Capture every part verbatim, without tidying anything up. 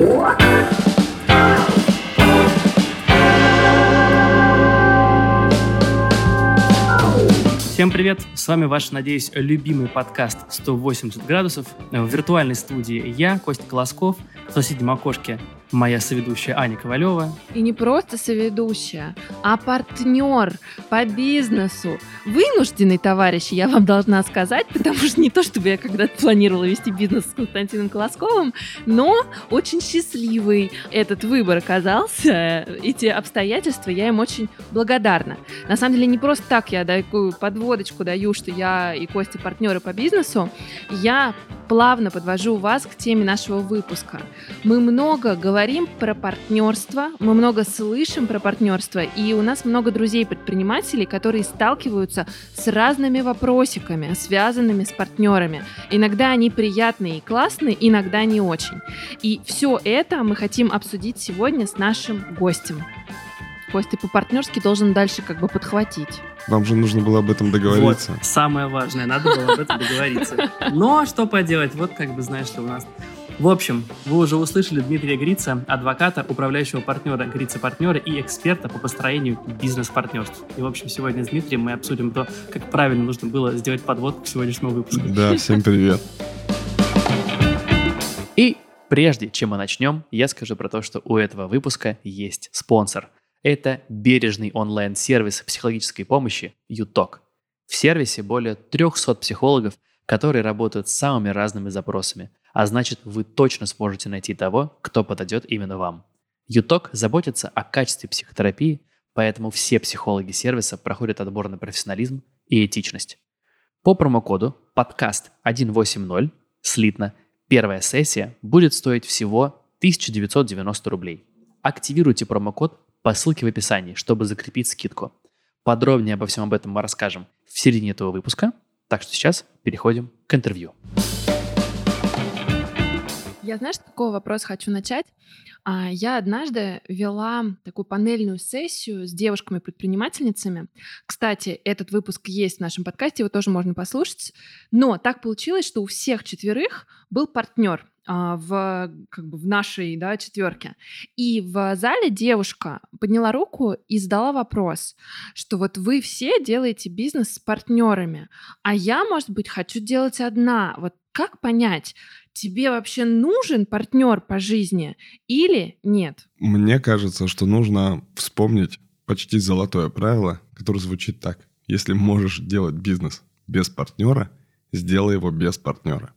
Всем привет! С вами ваш, надеюсь, любимый подкаст сто восемьдесят градусов. В виртуальной студии я, Костя Колосков, в соседнем окошке моя соведущая Аня Ковалева. И не просто соведущая, а партнер по бизнесу. Вынужденный товарищ, я вам должна сказать, потому что не то, чтобы я когда-то планировала вести бизнес с Константином Колосковым, но очень счастливый этот выбор оказался. Эти обстоятельства, я им очень благодарна. На самом деле, не просто так я такую подводочку даю, что я и Костя партнеры по бизнесу. Я плавно подвожу вас к теме нашего выпуска. Мы много говорим про партнерство, мы много слышим про партнерство, и у нас много друзей-предпринимателей, которые сталкиваются с разными вопросиками, связанными с партнерами. Иногда они приятные и классные, иногда не очень. И все это мы хотим обсудить сегодня с нашим гостем. Кость, ты по-партнерски должен дальше как бы подхватить. Вам же нужно было об этом договориться. Вот, самое важное, надо было об этом договориться. Но что поделать, вот как бы знаешь, что у нас... В общем, вы уже услышали Дмитрия Грица, адвоката, управляющего партнера Грица Партнеры и эксперта по построению бизнес-партнерств. И, в общем, сегодня с Дмитрием мы обсудим то, как правильно нужно было сделать подводку к сегодняшнему выпуску. Да, всем привет. И прежде чем мы начнем, я скажу про то, что у этого выпуска есть спонсор. Это бережный онлайн-сервис психологической помощи ЮТОК. В сервисе более триста психологов, которые работают с самыми разными запросами, а значит, вы точно сможете найти того, кто подойдет именно вам. ЮТОК заботится о качестве психотерапии, поэтому все психологи сервиса проходят отбор на профессионализм и этичность. По промокоду подкаст сто восемьдесят слитно первая сессия будет стоить всего тысяча девятьсот девяносто рублей. Активируйте промокод по ссылке в описании, чтобы закрепить скидку. Подробнее обо всем об этом мы расскажем в середине этого выпуска, так что сейчас переходим к интервью. Я, знаешь, с какого вопроса хочу начать? Я однажды вела такую панельную сессию с девушками-предпринимательницами. Кстати, этот выпуск есть в нашем подкасте, его тоже можно послушать. Но так получилось, что у всех четверых был партнер в, как бы в нашей, да, четверке. И в зале девушка подняла руку и задала вопрос, что вот вы все делаете бизнес с партнерами, а я, может быть, хочу делать одна. Вот как понять, тебе вообще нужен партнер по жизни или нет? Мне кажется, что нужно вспомнить почти золотое правило, которое звучит так. Если можешь делать бизнес без партнера, сделай его без партнера.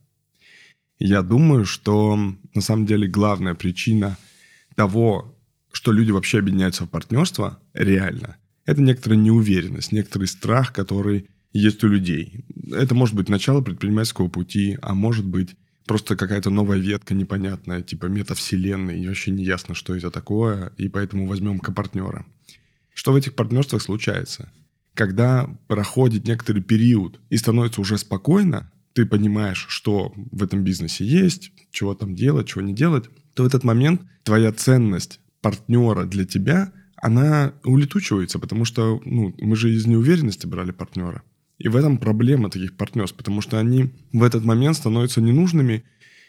Я думаю, что на самом деле главная причина того, что люди вообще объединяются в партнерство, реально, это некоторая неуверенность, некоторый страх, который есть у людей. Это может быть начало предпринимательского пути, а может быть просто какая-то новая ветка непонятная, типа метавселенной, и вообще не ясно, что это такое, и поэтому возьмем ко-партнера. Что в этих партнерствах случается? Когда проходит некоторый период и становится уже спокойно, ты понимаешь, что в этом бизнесе есть, чего там делать, чего не делать, то в этот момент твоя ценность партнера для тебя, она улетучивается, потому что ну, мы же из неуверенности брали партнера. И в этом проблема таких партнерств, потому что они в этот момент становятся ненужными,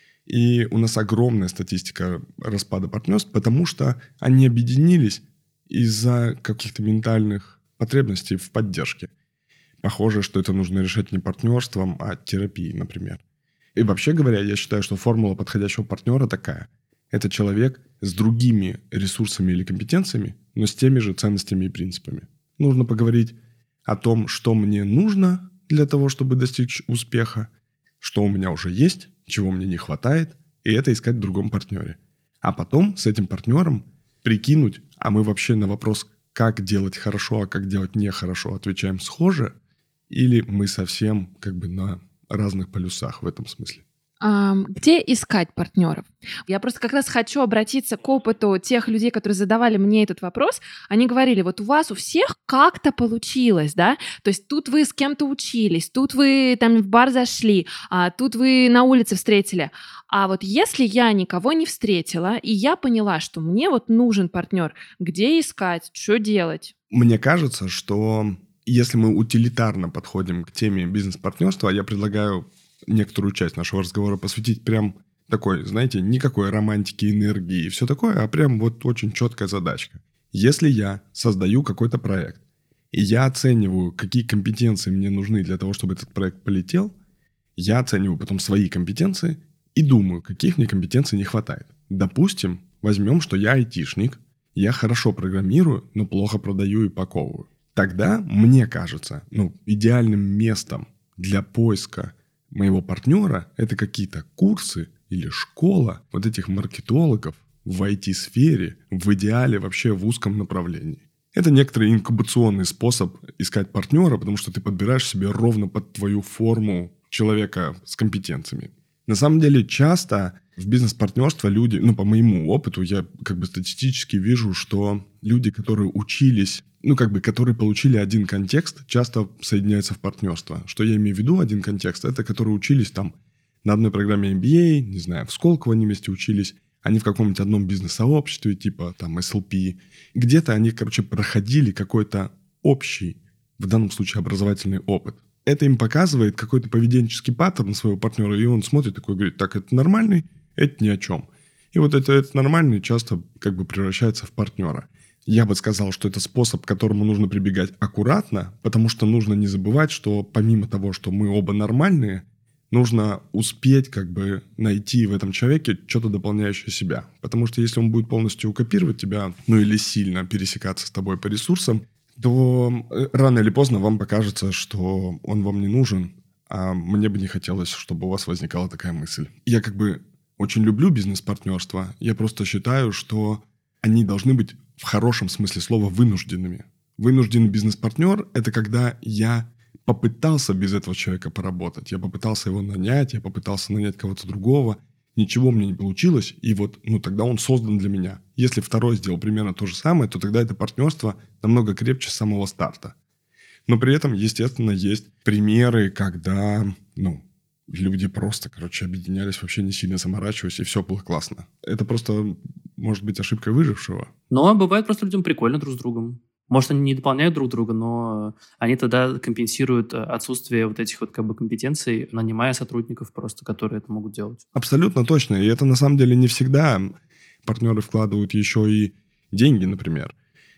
и у нас огромная статистика распада партнерств, потому что они объединились из-за каких-то ментальных потребностей в поддержке. Похоже, что это нужно решать не партнерством, а терапией, например. И вообще говоря, я считаю, что формула подходящего партнера такая. Это человек с другими ресурсами или компетенциями, но с теми же ценностями и принципами. Нужно поговорить о том, что мне нужно для того, чтобы достичь успеха, что у меня уже есть, чего мне не хватает, и это искать в другом партнере. А потом с этим партнером прикинуть, а мы вообще на вопрос, как делать хорошо, а как делать нехорошо, отвечаем схоже, или мы совсем как бы на разных полюсах в этом смысле? Где искать партнеров? Я просто как раз хочу обратиться к опыту тех людей, которые задавали мне этот вопрос. Они говорили, вот у вас у всех как-то получилось, да? То есть тут вы с кем-то учились, тут вы там в бар зашли, а тут вы на улице встретили. А вот если я никого не встретила, и я поняла, что мне вот нужен партнер, где искать, что делать? Мне кажется, что если мы утилитарно подходим к теме бизнес-партнерства, я предлагаю некоторую часть нашего разговора посвятить прям Такой, знаете, никакой романтики, энергии и все такое, а прям вот очень четкая задачка. Если я создаю какой-то проект, и я оцениваю, какие компетенции мне нужны для того, чтобы этот проект полетел, я оцениваю потом свои компетенции и думаю, каких мне компетенций не хватает. Допустим, возьмем, что я айтишник, я хорошо программирую, но плохо продаю и упаковываю. Тогда, мне кажется, ну, идеальным местом для поиска моего партнера это какие-то курсы или школа вот этих маркетологов в ай ти-сфере, в идеале вообще в узком направлении. Это некоторый инкубационный способ искать партнера, потому что ты подбираешь себе ровно под твою форму человека с компетенциями. На самом деле, часто в бизнес-партнерство люди, ну, по моему опыту, я как бы статистически вижу, что люди, которые учились, ну, как бы, которые получили один контекст, часто соединяются в партнерство. Что я имею в виду, один контекст? Это которые учились там на одной программе эм би эй, не знаю, в Сколково они вместе учились, они в каком-нибудь одном бизнес-сообществе, типа там эс эл пи. Где-то они, короче, проходили какой-то общий, в данном случае, образовательный опыт. Это им показывает какой-то поведенческий паттерн своего партнера, и он смотрит такой, говорит, так, это нормальный, это ни о чем. И вот это, это нормальный часто как бы превращается в партнера. Я бы сказал, что это способ, к которому нужно прибегать аккуратно, потому что нужно не забывать, что помимо того, что мы оба нормальные, нужно успеть как бы найти в этом человеке что-то дополняющее себя. Потому что если он будет полностью копировать тебя, ну или сильно пересекаться с тобой по ресурсам, то рано или поздно вам покажется, что он вам не нужен, а мне бы не хотелось, чтобы у вас возникала такая мысль. Я как бы очень люблю бизнес-партнерство. Я просто считаю, что они должны быть в хорошем смысле слова вынужденными. Вынужденный бизнес-партнер – это когда я попытался без этого человека поработать. Я попытался его нанять, я попытался нанять кого-то другого. Ничего мне не получилось, и вот ну, тогда он создан для меня. Если второй сделал примерно то же самое, то тогда это партнерство намного крепче с самого старта. Но при этом, естественно, есть примеры, когда ну, люди просто, короче, объединялись, вообще не сильно заморачиваясь, и все было классно. Это просто может быть ошибкой выжившего. Но бывает просто людям прикольно друг с другом. Может, они не дополняют друг друга, но они тогда компенсируют отсутствие вот этих вот как бы компетенций, нанимая сотрудников просто, которые это могут делать. Абсолютно точно. И это на самом деле не всегда. Партнеры вкладывают еще и деньги, например.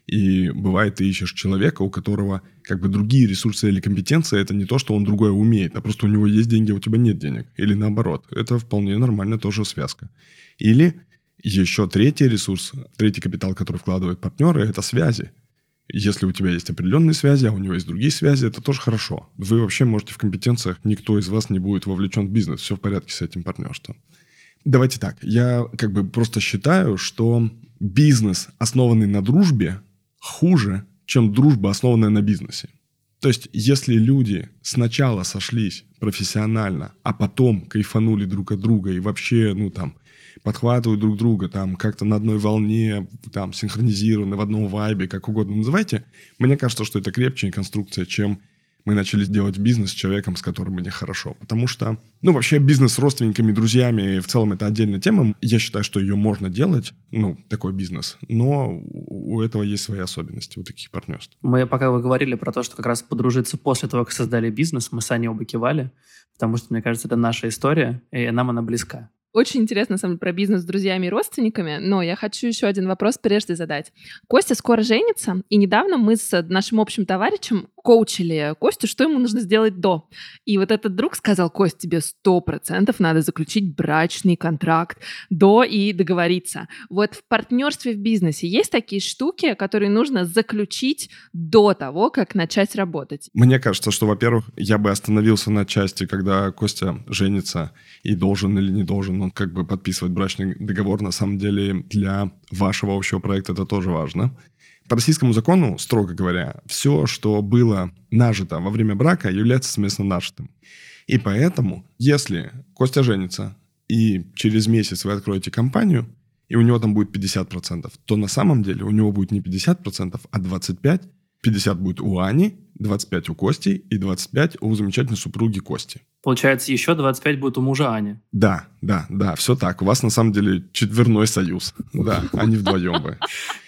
И бывает, ты ищешь человека, у которого как бы другие ресурсы или компетенции. Это не то, что он другое умеет, а просто у него есть деньги, а у тебя нет денег. Или наоборот. Это вполне нормальная тоже связка. Или еще третий ресурс, третий капитал, который вкладывают партнеры, это связи. Если у тебя есть определенные связи, а у него есть другие связи, это тоже хорошо. Вы вообще можете в компетенциях, никто из вас не будет вовлечен в бизнес. Все в порядке с этим партнерством. Давайте так. Я как бы просто считаю, что бизнес, основанный на дружбе, хуже, чем дружба, основанная на бизнесе. То есть, если люди сначала сошлись профессионально, а потом кайфанули друг от друга и вообще, ну там, подхватывают друг друга, там, как-то на одной волне, там, синхронизированы, в одном вайбе, как угодно называйте, мне кажется, что это крепче конструкция, чем мы начали делать бизнес с человеком, с которым мне хорошо. Потому что, ну, вообще бизнес с родственниками, друзьями, в целом это отдельная тема. Я считаю, что ее можно делать, ну, такой бизнес, но у этого есть свои особенности, у таких партнерств. Мы пока вы говорили про то, что как раз подружиться после того, как создали бизнес, мы с Аней оба кивали, потому что, мне кажется, это наша история, и нам она близка. Очень интересно, на самом деле, про бизнес с друзьями и родственниками, но я хочу еще один вопрос прежде задать. Костя скоро женится, и недавно мы с нашим общим товарищем коучили Костю, что ему нужно сделать до. И вот этот друг сказал: Кость, тебе сто процентов надо заключить брачный контракт до и договориться. Вот в партнерстве в бизнесе есть такие штуки, которые нужно заключить до того, как начать работать? Мне кажется, что, во-первых, я бы остановился на части, когда Костя женится и должен или не должен он как бы подписывать брачный договор. На самом деле для вашего общего проекта это тоже важно. По российскому закону, строго говоря, все, что было нажито во время брака, является совместно нажитым. И поэтому, если Костя женится, и через месяц вы откроете компанию, и у него там будет пятьдесят процентов, то на самом деле у него будет не пятьдесят процентов, а двадцать пять процентов. пятьдесят будет у Ани, двадцать пять процентов у Кости и двадцать пять процентов у замечательной супруги Кости. Получается, еще двадцать пять будет у мужа Ани. Да, да, да, все так. У вас на самом деле четверной союз. Да, а не вдвоем вы.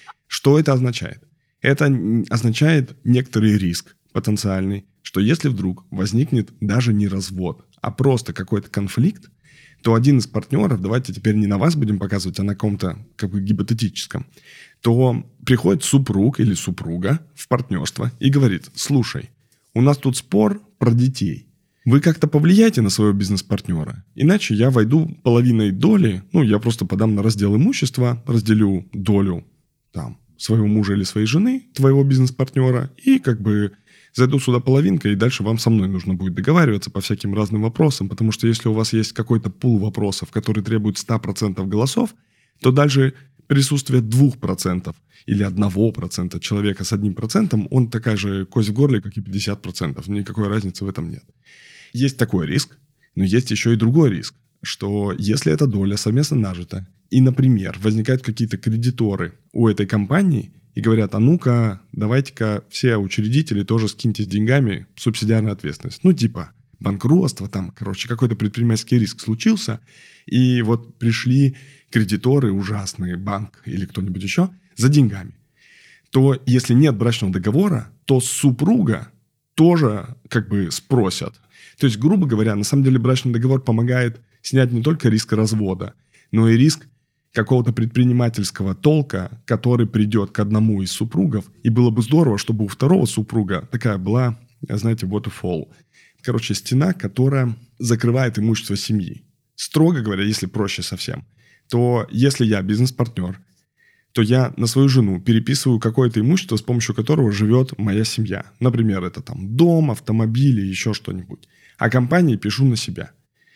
Что это означает? Это означает некоторый риск потенциальный, что если вдруг возникнет даже не развод, а просто какой-то конфликт, то один из партнеров, давайте теперь не на вас будем показывать, а на ком-то как бы гипотетическом, то приходит супруг или супруга в партнерство и говорит: слушай, у нас тут спор про детей. Вы как-то повлияете на своего бизнес-партнера, иначе я войду половиной доли, ну, я просто подам на раздел имущества, разделю долю там своего мужа или своей жены, твоего бизнес-партнера, и как бы зайду сюда половинкой, и дальше вам со мной нужно будет договариваться по всяким разным вопросам, потому что если у вас есть какой-то пул вопросов, который требует сто процентов голосов, то даже присутствие двух процентов или одного процента человека с одним процентом, он такая же кость в горле, как и пятьдесят процентов. Никакой разницы в этом нет. Есть такой риск, но есть еще и другой риск, что если эта доля совместно нажита, и, например, возникают какие-то кредиторы у этой компании и говорят: а ну-ка, давайте-ка все учредители тоже скиньте с деньгами субсидиарную ответственность. Ну, типа банкротство, там, короче, какой-то предпринимательский риск случился, и вот пришли кредиторы ужасные, банк или кто-нибудь еще, за деньгами. То если нет брачного договора, то супруга тоже как бы спросят. То есть, грубо говоря, на самом деле брачный договор помогает снять не только риск развода, но и риск какого-то предпринимательского толка, который придет к одному из супругов. И было бы здорово, чтобы у второго супруга такая была, знаете, waterfall. Короче, стена, которая закрывает имущество семьи. Строго говоря, если проще совсем, то если я бизнес-партнер, то я на свою жену переписываю какое-то имущество, с помощью которого живет моя семья. Например, это там дом, автомобили, еще что-нибудь. А компании пишу на себя.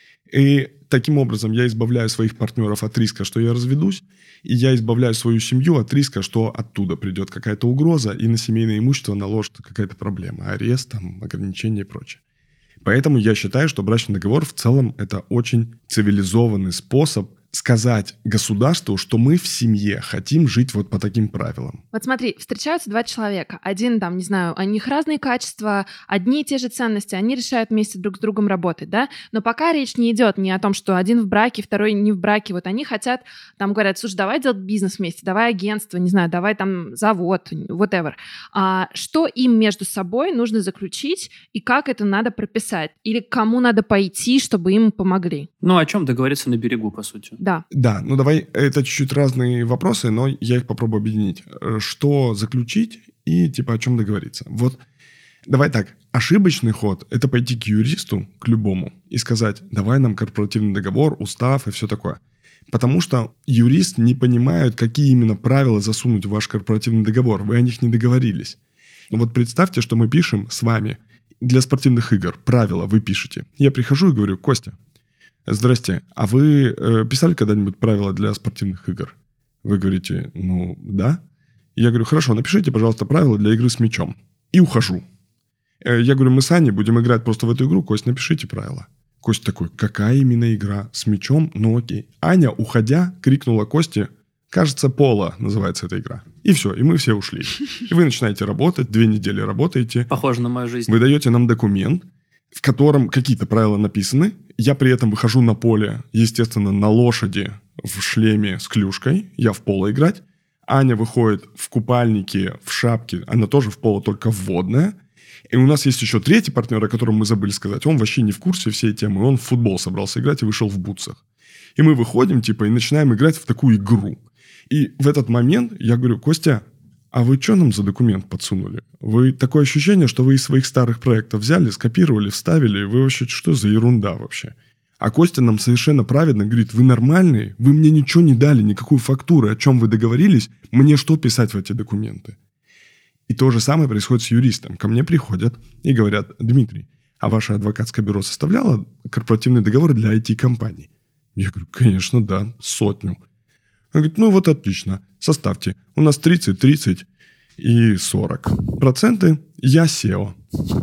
И таким образом я избавляю своих партнеров от риска, что я разведусь, и я избавляю свою семью от риска, что оттуда придет какая-то угроза, и на семейное имущество наложит какая-то проблема, арест, там, ограничения и прочее. Поэтому я считаю, что брачный договор в целом это очень цивилизованный способ сказать государству, что мы в семье хотим жить вот по таким правилам. Вот смотри, встречаются два человека. Один там, не знаю, у них разные качества, одни и те же ценности, они решают вместе друг с другом работать, да? Но пока речь не идет ни о том, что один в браке, второй не в браке. Вот они хотят, там говорят: слушай, давай делать бизнес вместе, давай агентство, не знаю, давай там завод, whatever. А что им между собой нужно заключить и как это надо прописать? Или к кому надо пойти, чтобы им помогли? Ну, о чем договориться на берегу, по сути. Да. Да, ну давай, это чуть-чуть разные вопросы, но я их попробую объединить. Что заключить и типа о чем договориться. Вот давай так, ошибочный ход – это пойти к юристу, к любому, и сказать: давай нам корпоративный договор, устав и все такое. Потому что юрист не понимает, какие именно правила засунуть в ваш корпоративный договор. Вы о них не договорились. Вот представьте, что мы пишем с вами для спортивных игр. Правила вы пишете. Я прихожу и говорю: Костя, здрасте, а вы э, писали когда-нибудь правила для спортивных игр? Вы говорите: ну, да. Я говорю: хорошо, напишите, пожалуйста, правила для игры с мячом. И ухожу. Э, я говорю: мы с Аней будем играть просто в эту игру, Кость, напишите правила. Кость такой: какая именно игра? С мячом? Ну окей. Аня, уходя, крикнула Косте: кажется, Пола называется эта игра. И все, и мы все ушли. И вы начинаете работать, две недели работаете. Похоже на мою жизнь. Вы даете нам документ, в котором какие-то правила написаны. Я при этом выхожу на поле, естественно, на лошади в шлеме с клюшкой. Я в поло играть. Аня выходит в купальнике, в шапке. Она тоже в поло, только вводная. И у нас есть еще третий партнер, о котором мы забыли сказать. Он вообще не в курсе всей темы. Он в футбол собрался играть и вышел в бутсах. И мы выходим, типа, и начинаем играть в такую игру. И в этот момент я говорю: Костя, а вы что нам за документ подсунули? Вы такое ощущение, что вы из своих старых проектов взяли, скопировали, вставили. Вы вообще что за ерунда вообще? А Костя нам совершенно праведно говорит: вы нормальные? Вы мне ничего не дали, никакой фактуры, о чем вы договорились. Мне что писать в эти документы? И то же самое происходит с юристом. Ко мне приходят и говорят: Дмитрий, а ваше адвокатское бюро составляло корпоративный договор для ай ти-компаний? Я говорю: конечно, да, сотню. Он говорит: ну вот отлично, составьте. У нас тридцать, тридцать и сорок проценты. Я сео.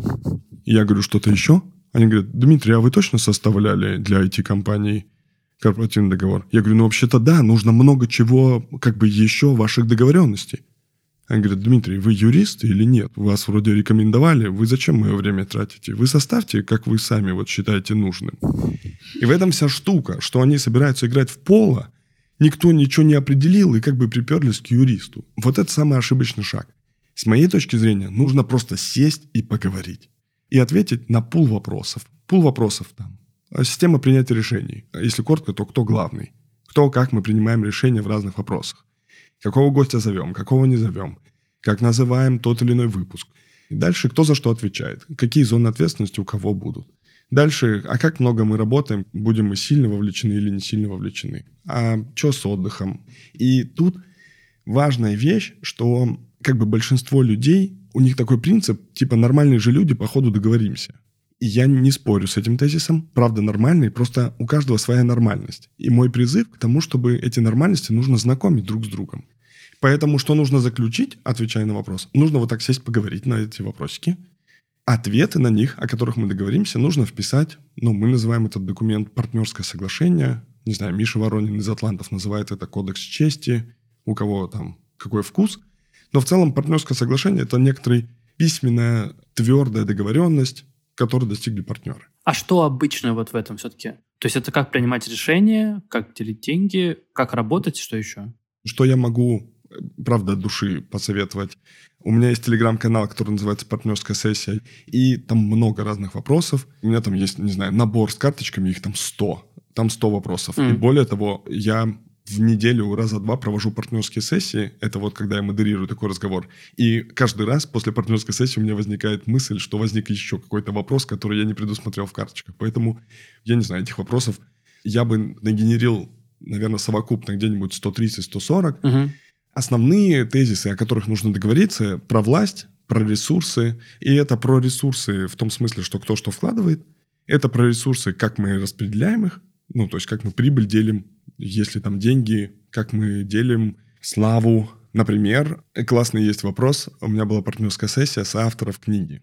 Я говорю: что-то еще? Они говорят: Дмитрий, а вы точно составляли для ай ти-компаний корпоративный договор? Я говорю: ну вообще-то да, нужно много чего, как бы еще ваших договоренностей. Они говорят: Дмитрий, вы юрист или нет? Вас вроде рекомендовали, вы зачем мое время тратите? Вы составьте, как вы сами вот считаете нужным. И в этом вся штука, что они собираются играть в поло, никто ничего не определил и как бы приперлись к юристу. Вот это самый ошибочный шаг. С моей точки зрения, нужно просто сесть и поговорить. И ответить на пул вопросов. Пул вопросов там. Система принятия решений. Если коротко, то кто главный? Кто, как мы принимаем решения в разных вопросах? Какого гостя зовем, какого не зовем? Как называем тот или иной выпуск? И дальше кто за что отвечает? Какие зоны ответственности у кого будут? Дальше, а как много мы работаем? Будем мы сильно вовлечены или не сильно вовлечены? А что с отдыхом? И тут важная вещь, что как бы большинство людей, у них такой принцип, типа нормальные же люди, походу договоримся. И я не спорю с этим тезисом, правда нормальный, просто у каждого своя нормальность. И мой призыв к тому, чтобы эти нормальности нужно знакомить друг с другом. Поэтому что нужно заключить, отвечая на вопрос? Нужно вот так сесть, поговорить на эти вопросики. Ответы на них, о которых мы договоримся, нужно вписать. Ну, мы называем этот документ партнерское соглашение. Не знаю, Миша Воронин из Атлантов называет это кодекс чести. У кого там какой вкус. Но в целом партнерское соглашение – это некоторая письменная твердая договоренность, которую достигли партнеры. А что обычно вот в этом все-таки? То есть это как принимать решения, как делить деньги, как работать, что еще? Что я могу, правда, от души посоветовать? У меня есть телеграм-канал, который называется «Партнерская сессия», и там много разных вопросов. У меня там есть, не знаю, набор с карточками, их там сто. Там сто вопросов. Mm. И более того, я в неделю раза два провожу партнерские сессии. Это вот когда я модерирую такой разговор. И каждый раз после партнерской сессии у меня возникает мысль, что возник еще какой-то вопрос, который я не предусмотрел в карточках. Поэтому, я не знаю, этих вопросов я бы нагенерил, наверное, совокупно где-нибудь сто тридцать - сто сорок. Mm-hmm. Основные тезисы, о которых нужно договориться, про власть, про ресурсы. И это про ресурсы в том смысле, что кто что вкладывает. Это про ресурсы, как мы распределяем их. Ну, то есть, как мы прибыль делим, если там деньги, как мы делим славу. Например, классный есть вопрос. У меня была партнерская сессия с авторов книги.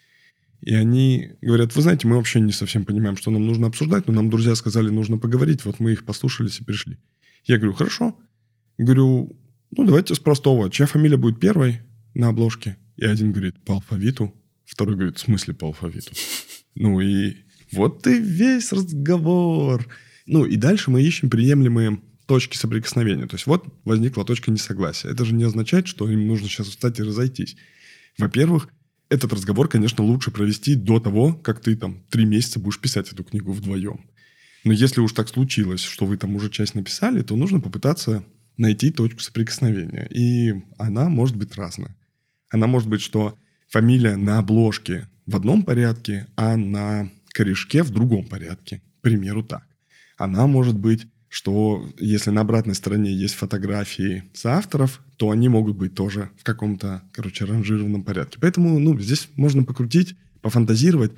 И они говорят, вы знаете, мы вообще не совсем понимаем, что нам нужно обсуждать, но нам друзья сказали, нужно поговорить. Вот мы их послушались и пришли. Я говорю, хорошо. Говорю, ну, давайте с простого. Чья фамилия будет первой на обложке? И один говорит, по алфавиту. Второй говорит, в смысле по алфавиту? Ну, и вот и весь разговор. Ну, и дальше мы ищем приемлемые точки соприкосновения. То есть вот возникла точка несогласия. Это же не означает, что им нужно сейчас встать и разойтись. Во-первых, этот разговор, конечно, лучше провести до того, как ты там три месяца будешь писать эту книгу вдвоем. Но если уж так случилось, что вы там уже часть написали, то нужно попытаться найти точку соприкосновения. И она может быть разная. Она может быть, что фамилия на обложке в одном порядке, а на корешке в другом порядке. К примеру, так. Она может быть, что если на обратной стороне есть фотографии соавторов, то они могут быть тоже в каком-то, короче, ранжированном порядке. Поэтому, ну, здесь можно покрутить, пофантазировать.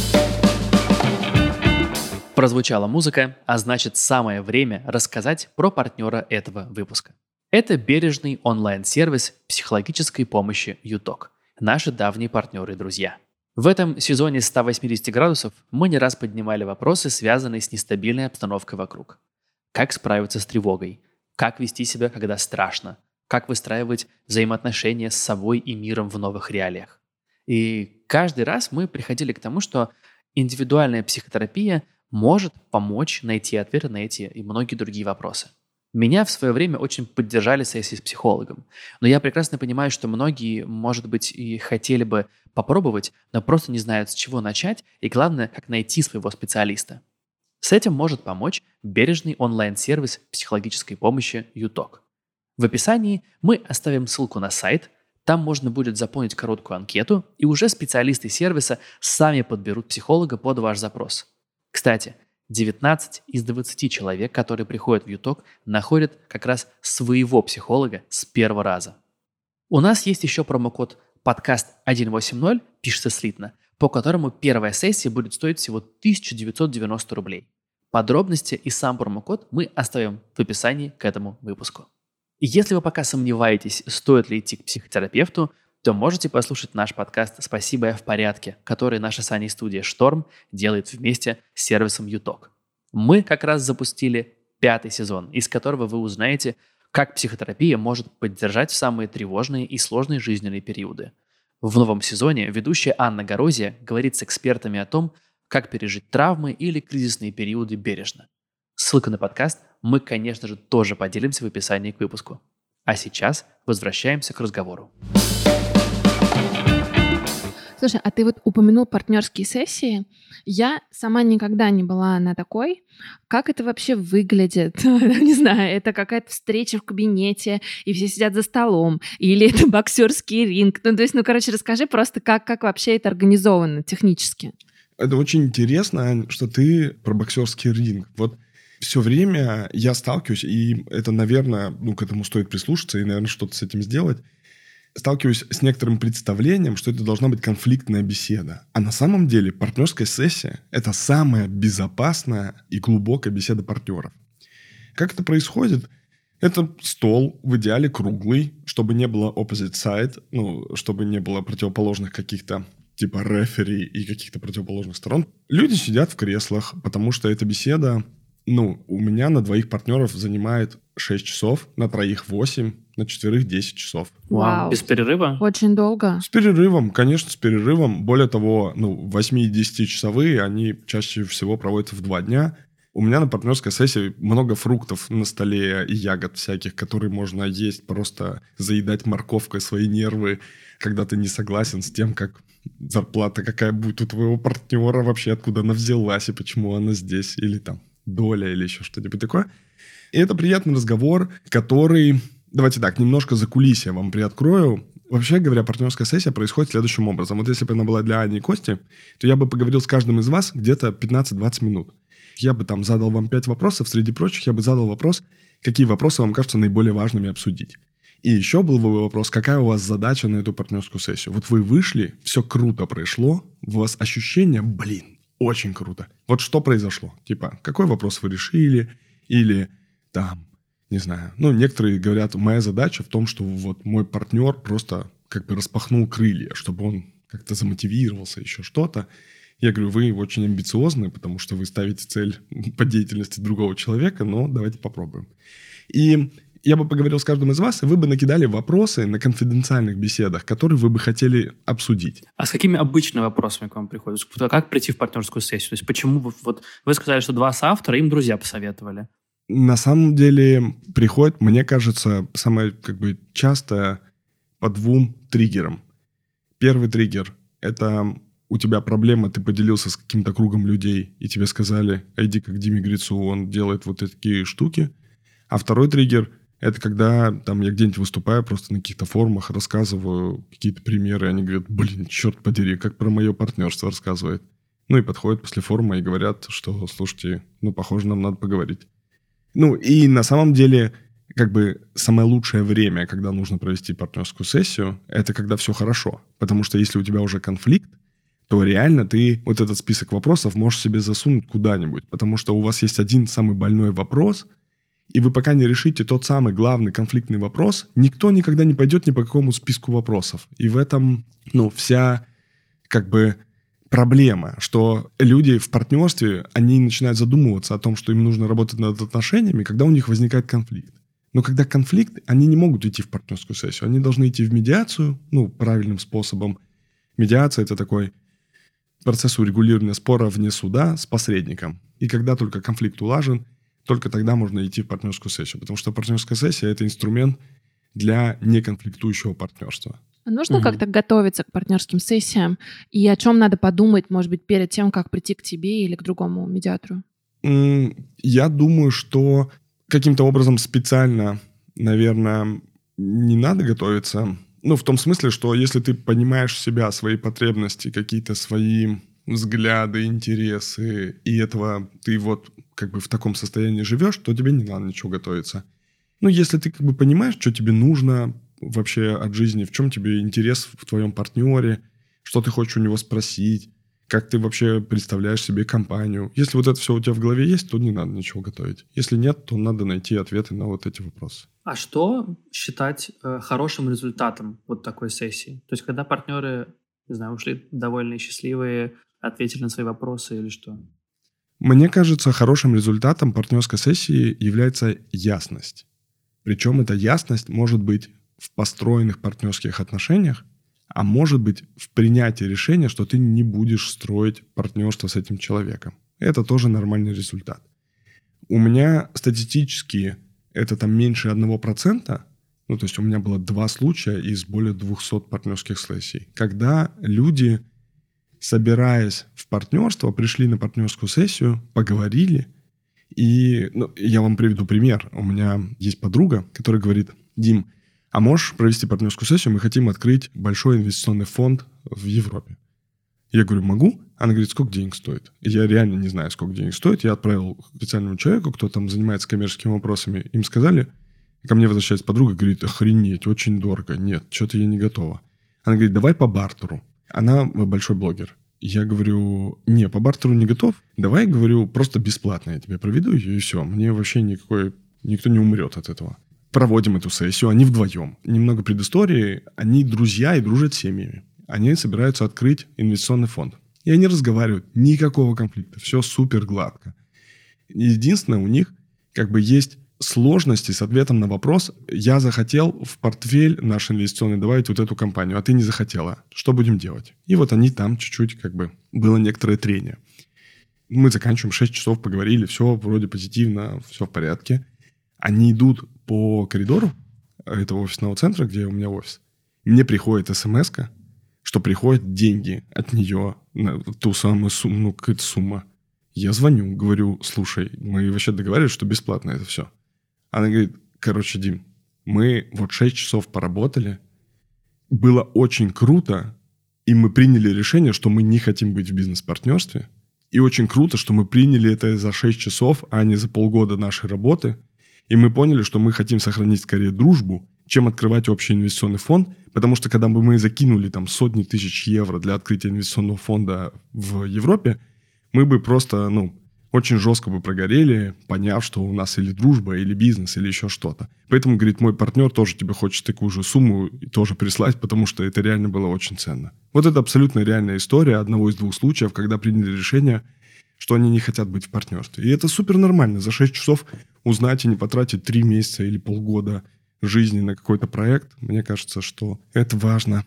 Прозвучала музыка, а значит, самое время рассказать про партнера этого выпуска. Это бережный онлайн-сервис психологической помощи Юток. Наши давние партнеры и друзья. В этом сезоне ста восьмидесяти градусов мы не раз поднимали вопросы, связанные с нестабильной обстановкой вокруг. Как справиться с тревогой? Как вести себя, когда страшно? Как выстраивать взаимоотношения с собой и миром в новых реалиях? И каждый раз мы приходили к тому, что индивидуальная психотерапия может помочь найти ответы на эти и многие другие вопросы. Меня в свое время очень поддержали сессии с психологом. Но я прекрасно понимаю, что многие, может быть, и хотели бы попробовать, но просто не знают, с чего начать, и главное, как найти своего специалиста. С этим может помочь бережный онлайн-сервис психологической помощи Юток. В описании мы оставим ссылку на сайт, там можно будет заполнить короткую анкету, и уже специалисты сервиса сами подберут психолога под ваш запрос. Кстати, девятнадцать из двадцати человек, которые приходят в Юток, находят как раз своего психолога с первого раза. У нас есть еще промокод подкаст сто восемьдесят, пишется слитно, по которому первая сессия будет стоить всего тысяча девятьсот девяносто рублей. Подробности и сам промокод мы оставим в описании к этому выпуску. И если вы пока сомневаетесь, стоит ли идти к психотерапевту, то можете послушать наш подкаст «Спасибо, я в порядке», который наша с Аней студия «Шторм» делает вместе с сервисом Юток. Мы как раз запустили пятый сезон, из которого вы узнаете, как психотерапия может поддержать в самые тревожные и сложные жизненные периоды. В новом сезоне ведущая Анна Горозия говорит с экспертами о том, как пережить травмы или кризисные периоды бережно. Ссылка на подкаст мы, конечно же, тоже поделимся в описании к выпуску. А сейчас возвращаемся к разговору. Слушай, а ты вот упомянул партнерские сессии. Я сама никогда не была на такой. Как это вообще выглядит? Не знаю, это какая-то встреча в кабинете, и все сидят за столом, или это боксерский ринг. Ну, то есть, ну, короче, расскажи просто, как, как вообще это организовано технически. Это очень интересно, Ань, что ты про боксерский ринг. Вот все время я сталкиваюсь, и это, наверное, ну, к этому стоит прислушаться и, наверное, что-то с этим сделать. Сталкиваюсь с некоторым представлением, что это должна быть конфликтная беседа. А на самом деле партнерская сессия – это самая безопасная и глубокая беседа партнеров. Как это происходит? Это стол, в идеале круглый, чтобы не было opposite side, ну, чтобы не было противоположных каких-то типа рефери и каких-то противоположных сторон. Люди сидят в креслах, потому что эта беседа, ну, у меня на двоих партнеров занимает шесть часов, на троих восемь, на четверых десять часов. Вау. Без перерыва? Очень долго. С перерывом, конечно, с перерывом. Более того, ну, восемь-десятичасовые, они чаще всего проводятся в два дня. У меня на партнерской сессии много фруктов на столе и ягод всяких, которые можно есть, просто заедать морковкой свои нервы, когда ты не согласен с тем, как зарплата какая будет у твоего партнера, вообще откуда она взялась и почему она здесь, или там доля, или еще что-нибудь такое. И это приятный разговор, который... Давайте так, немножко закулисья вам приоткрою. Вообще говоря, партнерская сессия происходит следующим образом. Вот если бы она была для Ани и Кости, то я бы поговорил с каждым из вас где-то пятнадцать-двадцать минут. Я бы там задал вам пять вопросов. Среди прочих я бы задал вопрос, какие вопросы вам кажутся наиболее важными обсудить. И еще был бы вопрос, какая у вас задача на эту партнерскую сессию. Вот вы вышли, все круто прошло, у вас ощущение, блин, очень круто. Вот что произошло? Типа, какой вопрос вы решили? Или там, не знаю. Ну, некоторые говорят, моя задача в том, что вот мой партнер просто как бы распахнул крылья, чтобы он как-то замотивировался, еще что-то. Я говорю, вы очень амбициозны, потому что вы ставите цель по деятельности другого человека, но давайте попробуем. И я бы поговорил с каждым из вас, и вы бы накидали вопросы на конфиденциальных беседах, которые вы бы хотели обсудить. А с какими обычными вопросами к вам приходят? Как прийти в партнерскую сессию? То есть почему вы, вот, вы сказали, что два соавтора, им друзья посоветовали? На самом деле приходит, мне кажется, самое как бы часто по двум триггерам. Первый триггер – это у тебя проблема, ты поделился с каким-то кругом людей, и тебе сказали, иди к Диме Грицу, он делает вот такие штуки. А второй триггер – это когда там, я где-нибудь выступаю, просто на каких-то форумах рассказываю какие-то примеры, и они говорят, блин, черт подери, как про мое партнерство рассказывает. Ну и подходят после форума и говорят, что, слушайте, ну, похоже, нам надо поговорить. Ну, и на самом деле, как бы, самое лучшее время, когда нужно провести партнерскую сессию, это когда все хорошо. Потому что если у тебя уже конфликт, то реально ты вот этот список вопросов можешь себе засунуть куда-нибудь. Потому что у вас есть один самый больной вопрос, и вы пока не решите тот самый главный конфликтный вопрос, никто никогда не пойдет ни по какому списку вопросов. И в этом, ну, вся, как бы... проблема, что люди в партнерстве, они начинают задумываться о том, что им нужно работать над отношениями, когда у них возникает конфликт. Но когда конфликт, они не могут идти в партнерскую сессию. Они должны идти в медиацию, ну, правильным способом. Медиация – это такой процесс урегулирования спора вне суда с посредником. И когда только конфликт улажен, только тогда можно идти в партнерскую сессию. Потому что партнерская сессия – это инструмент для неконфликтующего партнерства. Нужно Мгм. как-то готовиться к партнерским сессиям? И о чем надо подумать, может быть, перед тем, как прийти к тебе или к другому медиатору? М, Я думаю, что каким-то образом специально, наверное, не надо готовиться. Ну, в том смысле, что если ты понимаешь себя, свои потребности, какие-то свои взгляды, интересы, и этого ты вот как бы в таком состоянии живешь, то тебе не надо ничего готовиться. Ну, если ты как бы понимаешь, что тебе нужно вообще от жизни, в чем тебе интерес в твоем партнере, что ты хочешь у него спросить, как ты вообще представляешь себе компанию. Если вот это все у тебя в голове есть, то не надо ничего готовить. Если нет, то надо найти ответы на вот эти вопросы. А что считать э, хорошим результатом вот такой сессии? То есть когда партнеры, не знаю, ушли довольные, счастливые, ответили на свои вопросы или что? Мне кажется, хорошим результатом партнерской сессии является ясность. Причем эта ясность может быть в построенных партнерских отношениях, а может быть в принятии решения, что ты не будешь строить партнерство с этим человеком. Это тоже нормальный результат. У меня статистически это там меньше одного процента, Ну, то есть у меня было два случая из более двухсот партнерских сессий, когда люди, собираясь в партнерство, пришли на партнерскую сессию, поговорили. И ну, я вам приведу пример. У меня есть подруга, которая говорит: Дим, а можешь провести партнерскую сессию? Мы хотим открыть большой инвестиционный фонд в Европе. Я говорю, могу? Она говорит, сколько денег стоит? И я реально не знаю, сколько денег стоит. Я отправил к специальному человеку, кто там занимается коммерческими вопросами. Им сказали, ко мне возвращается подруга, говорит, охренеть, очень дорого. Нет, что-то я не готова. Она говорит, давай по бартеру. Она большой блогер. Я говорю, не, по бартеру не готов. Давай, говорю, просто бесплатно я тебе проведу ее, и все. Мне вообще никакой, никто не умрет от этого. Проводим эту сессию, они вдвоем. Немного предыстории. Они друзья и дружат с семьями. Они собираются открыть инвестиционный фонд. И они разговаривают. Никакого конфликта. Все супер гладко. Единственное, у них как бы есть сложности с ответом на вопрос. Я захотел в портфель наш инвестиционный добавить вот эту компанию, а ты не захотела. Что будем делать? И вот они там чуть-чуть как бы... Было некоторое трение. Мы заканчиваем, шесть часов поговорили, все вроде позитивно, все в порядке. Они идут по коридору этого офисного центра, где у меня офис. Мне приходит смс-ка, что приходят деньги от нее на ту самую сумму, ну, какая-то сумма. Я звоню, говорю, слушай, мы вообще договаривались, что бесплатно это все. Она говорит, короче, Дим, мы вот шесть часов поработали, было очень круто, и мы приняли решение, что мы не хотим быть в бизнес-партнерстве. И очень круто, что мы приняли это за шесть часов, а не за полгода нашей работы. И мы поняли, что мы хотим сохранить скорее дружбу, чем открывать общий инвестиционный фонд, потому что когда бы мы закинули там сотни тысяч евро для открытия инвестиционного фонда в Европе, мы бы просто, ну, очень жестко бы прогорели, поняв, что у нас или дружба, или бизнес, или еще что-то. Поэтому, говорит, мой партнер тоже тебе хочет такую же сумму тоже прислать, потому что это реально было очень ценно. Вот это абсолютно реальная история одного из двух случаев, когда приняли решение, что они не хотят быть в партнерстве. И это супер нормально. За шесть часов узнать и не потратить три месяца или полгода жизни на какой-то проект, мне кажется, что это важно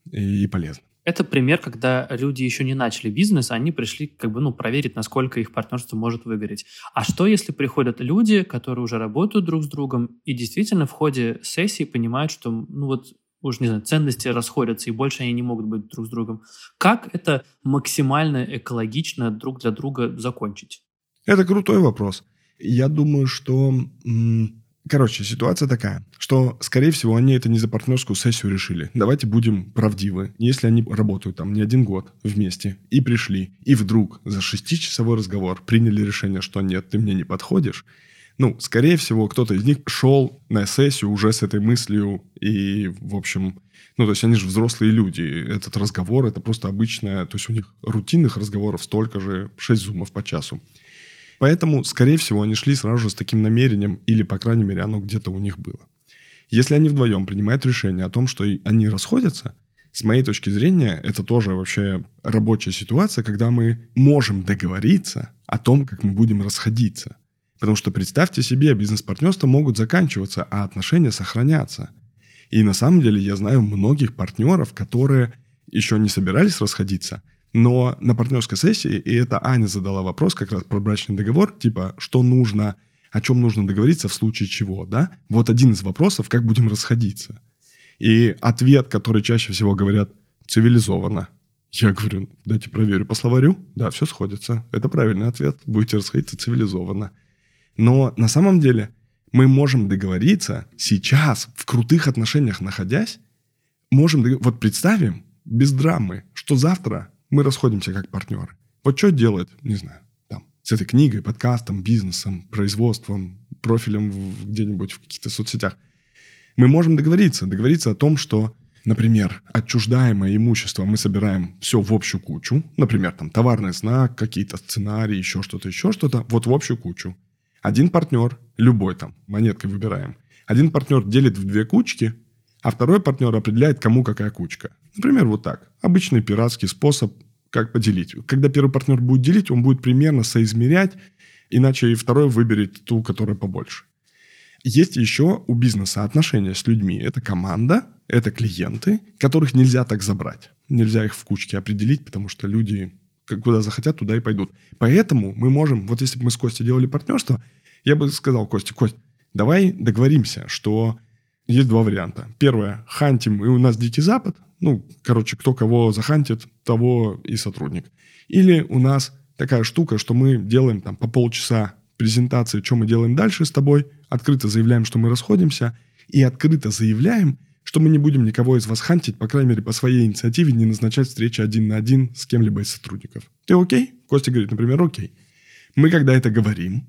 и полезно. Это пример, когда люди еще не начали бизнес, они пришли как бы, ну, проверить, насколько их партнерство может выгореть. А что, если приходят люди, которые уже работают друг с другом и действительно в ходе сессии понимают, что, ну вот, уж не знаю, ценности расходятся, и больше они не могут быть друг с другом. Как это максимально экологично друг для друга закончить? Это крутой вопрос. Я думаю, что... М- Короче, ситуация такая, что, скорее всего, они это не за партнерскую сессию решили. Давайте будем правдивы. Если они работают там не один год вместе и пришли, и вдруг за шестичасовой разговор приняли решение, что нет, ты мне не подходишь, ну, скорее всего, кто-то из них шел на сессию уже с этой мыслью и, в общем... Ну, то есть они же взрослые люди. Этот разговор, это просто обычное... То есть у них рутинных разговоров столько же, шесть зумов по часу. Поэтому, скорее всего, они шли сразу же с таким намерением, или, по крайней мере, оно где-то у них было. Если они вдвоем принимают решение о том, что они расходятся, с моей точки зрения, это тоже вообще рабочая ситуация, когда мы можем договориться о том, как мы будем расходиться. Потому что, представьте себе, бизнес-партнерства могут заканчиваться, а отношения сохраняться. И на самом деле я знаю многих партнеров, которые еще не собирались расходиться, но на партнерской сессии, и это Аня задала вопрос как раз про брачный договор, типа, что нужно, о чем нужно договориться в случае чего, да? Вот один из вопросов, как будем расходиться. И ответ, который чаще всего говорят, цивилизованно. Я говорю, дайте проверю по словарю. Да, все сходится. Это правильный ответ. Будете расходиться цивилизованно. Но на самом деле мы можем договориться сейчас, в крутых отношениях находясь, можем договориться. Вот представим, без драмы, что завтра мы расходимся как партнеры. Вот что делать, не знаю, там, с этой книгой, подкастом, бизнесом, производством, профилем в, где-нибудь в каких-то соцсетях. Мы можем договориться. Договориться о том, что, например, отчуждаемое имущество мы собираем все в общую кучу. Например, там, товарный знак, какие-то сценарии, еще что-то, еще что-то. Вот в общую кучу. Один партнер, любой там, монеткой выбираем. Один партнер делит в две кучки, а второй партнер определяет, кому какая кучка. Например, вот так. Обычный пиратский способ, как поделить. Когда первый партнер будет делить, он будет примерно соизмерять, иначе и второй выберет ту, которая побольше. Есть еще у бизнеса отношения с людьми. Это команда, это клиенты, которых нельзя так забрать. Нельзя их в кучке определить, потому что люди куда захотят, туда и пойдут. Поэтому мы можем, вот если бы мы с Костей делали партнерство, я бы сказал Косте, Кость, давай договоримся, что есть два варианта. Первое, хантим, и у нас Дикий Запад. Ну, короче, кто кого захантит, того и сотрудник. Или у нас такая штука, что мы делаем там по полчаса презентации, что мы делаем дальше с тобой, открыто заявляем, что мы расходимся, и открыто заявляем, что мы не будем никого из вас хантить, по крайней мере, по своей инициативе, не назначать встречи один на один с кем-либо из сотрудников. Ты окей? Костя говорит, например, окей. Мы, когда это говорим,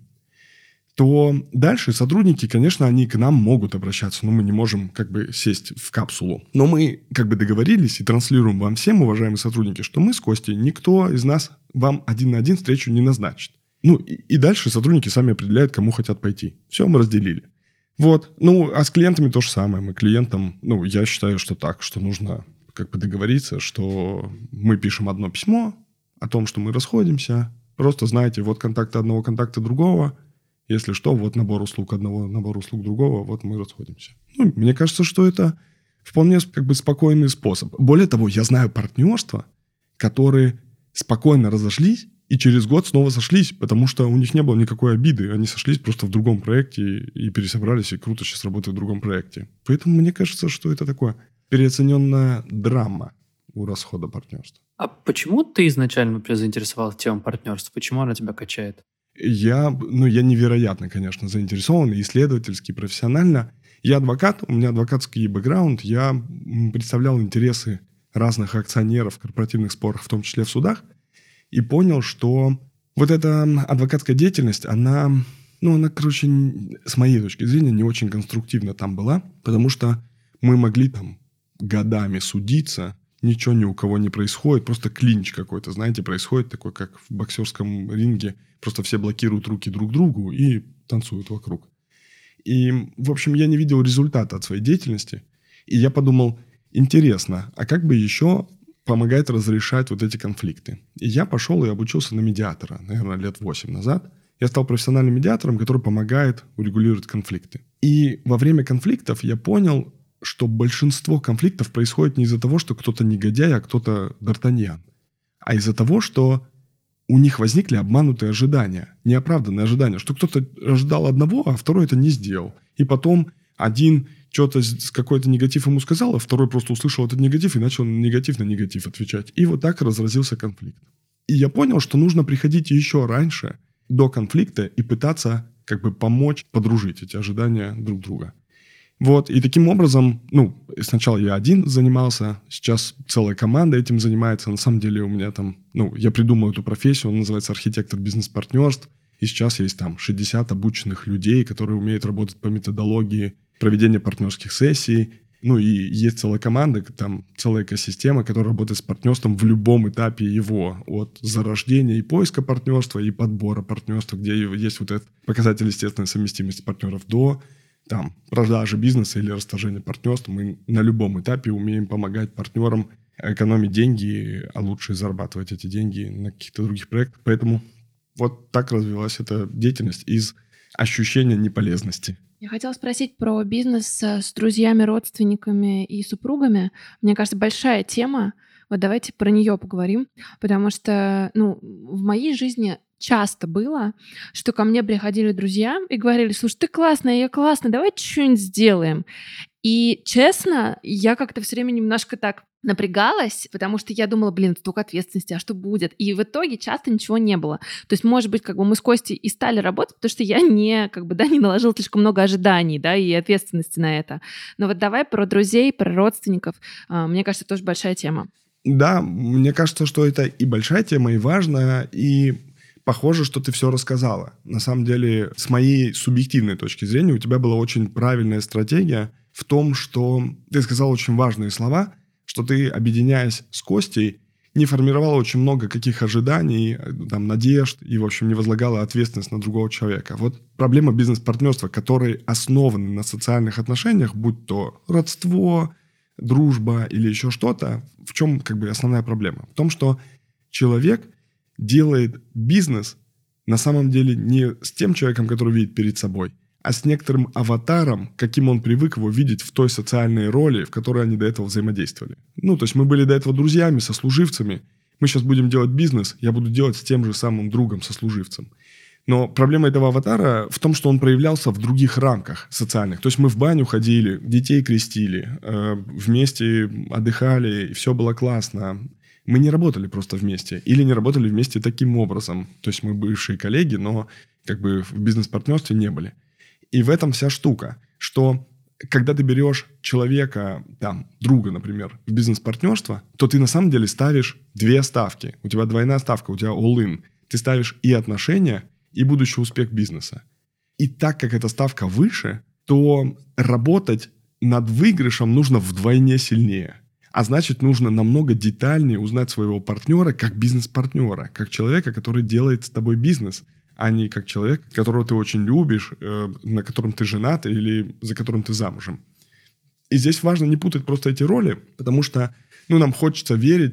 то дальше сотрудники, конечно, они к нам могут обращаться, но мы не можем как бы сесть в капсулу. Но мы как бы договорились и транслируем вам всем, уважаемые сотрудники, что мы с Костей, никто из нас вам один на один встречу не назначит. Ну и, и дальше сотрудники сами определяют, кому хотят пойти. Все, мы разделили. Вот. Ну, а с клиентами то же самое. Мы клиентам, ну, я считаю, что так, что нужно как бы договориться, что мы пишем одно письмо о том, что мы расходимся. Просто знаете, вот контакты одного, контакта другого. Если что, вот набор услуг одного, набор услуг другого, вот мы расходимся. Ну, мне кажется, что это вполне как бы спокойный способ. Более того, я знаю партнерства, которые спокойно разошлись и через год снова сошлись, потому что у них не было никакой обиды. Они сошлись просто в другом проекте и пересобрались, и круто сейчас работают в другом проекте. Поэтому мне кажется, что это такое переоцененная драма у расхода партнерства. А почему ты изначально, например, заинтересовался темой партнерства? Почему она тебя качает? Я, ну, я невероятно, конечно, заинтересован исследовательски, профессионально. Я адвокат, у меня адвокатский бэкграунд. Я представлял интересы разных акционеров в корпоративных спорах, в том числе в судах, и понял, что вот эта адвокатская деятельность, она, ну, она, короче, с моей точки зрения, не очень конструктивна там была, потому что мы могли там годами судиться, ничего ни у кого не происходит, просто клинч какой-то, знаете, происходит такой, как в боксерском ринге, просто все блокируют руки друг другу и танцуют вокруг. И, в общем, я не видел результата от своей деятельности, и я подумал, интересно, а как бы еще помогает разрешать вот эти конфликты? И я пошел и обучился на медиатора, наверное, лет восемь назад. Я стал профессиональным медиатором, который помогает урегулировать конфликты. И во время конфликтов я понял, что большинство конфликтов происходит не из-за того, что кто-то негодяй, а кто-то Д'Артаньян, а из-за того, что у них возникли обманутые ожидания, неоправданные ожидания, что кто-то ожидал одного, а второй это не сделал. И потом один что-то с какой-то негатив ему сказал, а второй просто услышал этот негатив и начал негатив на негатив отвечать. И вот так разразился конфликт. И я понял, что нужно приходить еще раньше, до конфликта, и пытаться как бы помочь подружить эти ожидания друг друга. Вот, и таким образом, ну, сначала я один занимался, сейчас целая команда этим занимается. На самом деле у меня там, ну, я придумал эту профессию, он называется архитектор бизнес-партнерств. И сейчас есть там шестьдесят обученных людей, которые умеют работать по методологии проведения партнерских сессий. Ну, и есть целая команда, там целая экосистема, которая работает с партнерством в любом этапе его. От зарождения и поиска партнерства, и подбора партнерства, где есть вот этот показатель естественной совместимости партнеров, до там, продажи бизнеса или расторжения партнерства. Мы на любом этапе умеем помогать партнерам экономить деньги, а лучше зарабатывать эти деньги на каких-то других проектах. Поэтому вот так развилась эта деятельность из ощущения неполезности. Я хотела спросить про бизнес с друзьями, родственниками и супругами. Мне кажется, большая тема. Вот давайте про нее поговорим, потому что, ну, в моей жизни часто было, что ко мне приходили друзья и говорили: слушай, ты классная, я классная, давай что-нибудь сделаем. И, честно, я как-то все время немножко так напрягалась, потому что я думала, блин, столько ответственности, а что будет? И в итоге часто ничего не было. То есть, может быть, как бы мы с Костей и стали работать, потому что я не, как бы, да, не наложила слишком много ожиданий, да, и ответственности на это. Но вот давай про друзей, про родственников. Мне кажется, это тоже большая тема. Да, мне кажется, что это и большая тема, и важная, и похоже, что ты все рассказала. На самом деле, с моей субъективной точки зрения, у тебя была очень правильная стратегия в том, что ты сказал очень важные слова, что ты, объединяясь с Костей, не формировала очень много каких ожиданий, там, надежд и, в общем, не возлагала ответственность на другого человека. Вот проблема бизнес-партнерства, которые основаны на социальных отношениях, будь то родство, дружба или еще что-то, в чем как бы основная проблема? В том, что человек делает бизнес на самом деле не с тем человеком, который видит перед собой, а с некоторым аватаром, каким он привык его видеть в той социальной роли, в которой они до этого взаимодействовали. Ну, то есть мы были до этого друзьями, сослуживцами. Мы сейчас будем делать бизнес, я буду делать с тем же самым другом, сослуживцем. Но проблема этого аватара в том, что он проявлялся в других рамках социальных. То есть мы в баню ходили, детей крестили, э, вместе отдыхали, и все было классно. Мы не работали просто вместе. Или не работали вместе таким образом. То есть мы бывшие коллеги, но как бы в бизнес-партнерстве не были. И в этом вся штука, что когда ты берешь человека, там, друга, например, в бизнес-партнерство, то ты на самом деле ставишь две ставки. У тебя двойная ставка, у тебя all-in. Ты ставишь и отношения, и будущий успех бизнеса. И так как эта ставка выше, то работать над выигрышем нужно вдвойне сильнее. А значит, нужно намного детальнее узнать своего партнера как бизнес-партнера, как человека, который делает с тобой бизнес, а не как человек, которого ты очень любишь, э, на котором ты женат или за которым ты замужем. И здесь важно не путать просто эти роли, потому что ну, нам хочется верить,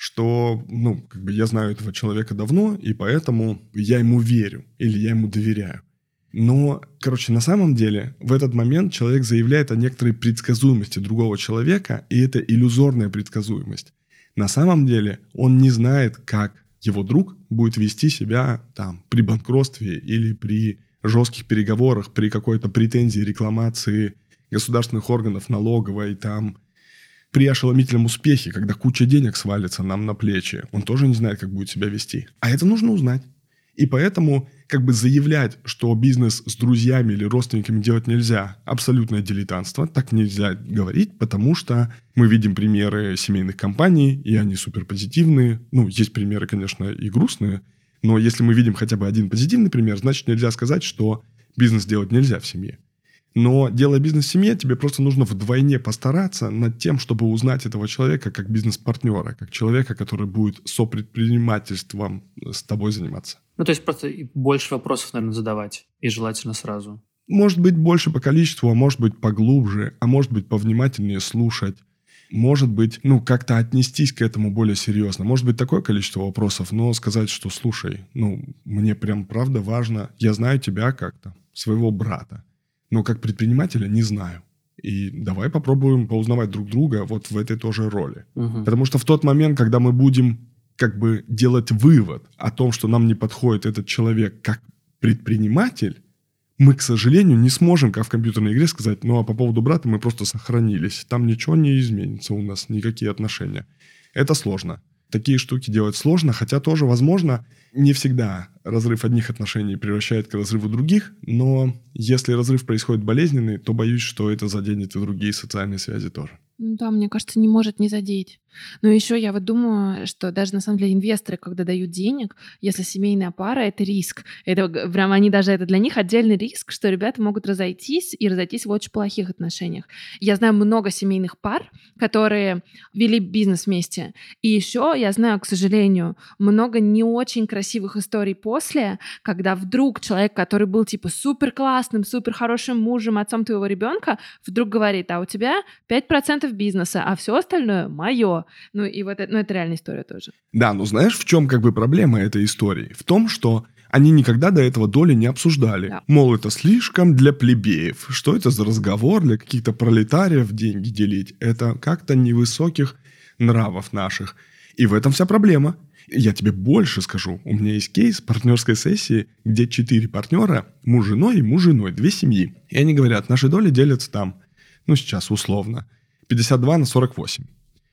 что ну, как бы я знаю этого человека давно, и поэтому я ему верю или я ему доверяю. Но, короче, на самом деле в этот момент человек заявляет о некоторой предсказуемости другого человека, и это иллюзорная предсказуемость. На самом деле он не знает, как его друг будет вести себя там при банкротстве или при жестких переговорах, при какой-то претензии, рекламации государственных органов, налоговой, там, при ошеломительном успехе, когда куча денег свалится нам на плечи. Он тоже не знает, как будет себя вести. А это нужно узнать. И поэтому как бы заявлять, что бизнес с друзьями или родственниками делать нельзя, абсолютное дилетантство. Так нельзя говорить, потому что мы видим примеры семейных компаний, и они суперпозитивные. Ну, есть примеры, конечно, и грустные, но если мы видим хотя бы один позитивный пример, значит, нельзя сказать, что бизнес делать нельзя в семье. Но делая бизнес в семье, тебе просто нужно вдвойне постараться над тем, чтобы узнать этого человека как бизнес-партнера, как человека, который будет сопредпринимательством с тобой заниматься. Ну, то есть просто больше вопросов, наверное, задавать, и желательно сразу. Может быть, больше по количеству, а может быть, поглубже, а может быть, повнимательнее слушать. Может быть, ну, как-то отнестись к этому более серьезно. Может быть, такое количество вопросов, но сказать, что, слушай, ну, мне прям правда важно, я знаю тебя как-то, своего брата, но как предпринимателя не знаю. И давай попробуем поузнавать друг друга вот в этой тоже роли. Угу. Потому что в тот момент, когда мы будем как бы делать вывод о том, что нам не подходит этот человек как предприниматель, мы, к сожалению, не сможем, как в компьютерной игре, сказать, ну, а по поводу брата мы просто сохранились. Там ничего не изменится у нас, никакие отношения. Это сложно. Такие штуки делать сложно, хотя тоже, возможно, не всегда разрыв одних отношений превращает к разрыву других, но если разрыв происходит болезненный, то боюсь, что это заденет и другие социальные связи тоже. Ну да, мне кажется, не может не задеть. Но еще я вот думаю, что даже на самом деле инвесторы, когда дают денег, если семейная пара, это риск. Это прям они даже, это для них отдельный риск, что ребята могут разойтись и разойтись в очень плохих отношениях. Я знаю много семейных пар, которые вели бизнес вместе. И еще я знаю, к сожалению, много не очень красивых историй после, когда вдруг человек, который был типа супер классным, супер хорошим мужем, отцом твоего ребенка, вдруг говорит, а у тебя пять процентов бизнеса, а все остальное мое. Ну, и вот это, ну, это реальная история тоже. Да, но знаешь, в чем как бы проблема этой истории? В том, что они никогда до этого доли не обсуждали. Да. Мол, это слишком для плебеев. Что это за разговор для каких-то пролетариев деньги делить? Это как-то невысоких нравов наших. И в этом вся проблема. Я тебе больше скажу. У меня есть кейс партнерской сессии, где четыре партнера, муж женой и муж женой, две семьи. И они говорят, наши доли делятся там, ну, сейчас условно, пятьдесят два на сорок восемь.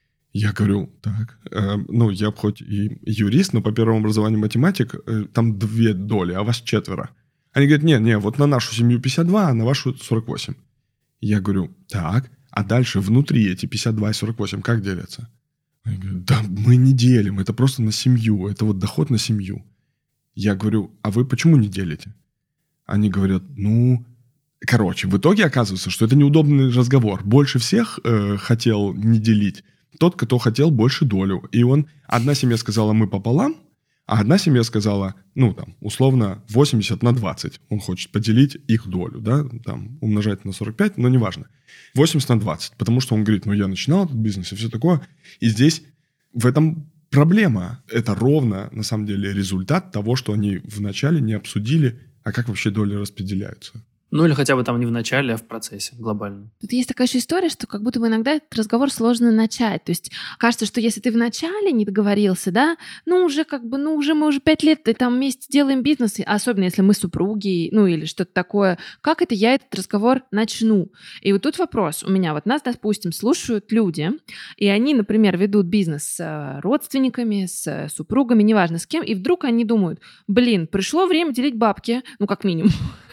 Я говорю, так, э, ну, я хоть и юрист, но по первому образованию математик, э, там две доли, а вас четверо. Они говорят, не, не, вот на нашу семью пятьдесят два, а на вашу сорок восемь. Я говорю, так, а дальше внутри эти пятьдесят два и сорок восемь как делятся? Они говорят, да мы не делим, это просто на семью, это вот доход на семью. Я говорю, а вы почему не делите? Они говорят, ну... Короче, в итоге оказывается, что это неудобный разговор. Больше всех э, хотел не делить тот, кто хотел больше долю. И он, одна семья сказала, мы пополам, а одна семья сказала, ну, там, условно, восемьдесят на двадцать. Он хочет поделить их долю, да, там, умножать на сорок пять, но неважно. восемьдесят на двадцать, потому что он говорит, ну, я начинал этот бизнес и все такое. И здесь в этом проблема. Это ровно, на самом деле, результат того, что они вначале не обсудили, а как вообще доли распределяются. Ну, или хотя бы там не в начале, а в процессе глобально. Тут есть такая еще история, что как будто бы иногда этот разговор сложно начать. То есть кажется, что если ты в начале не договорился, да, ну уже как бы, ну уже мы уже пять лет там вместе делаем бизнес, особенно если мы супруги, ну или что-то такое, как это я этот разговор начну? И вот тут вопрос у меня. Вот нас, допустим, слушают люди, и они, например, ведут бизнес с родственниками, с супругами, неважно с кем, и вдруг они думают, блин, пришло время делить бабки, ну как минимум.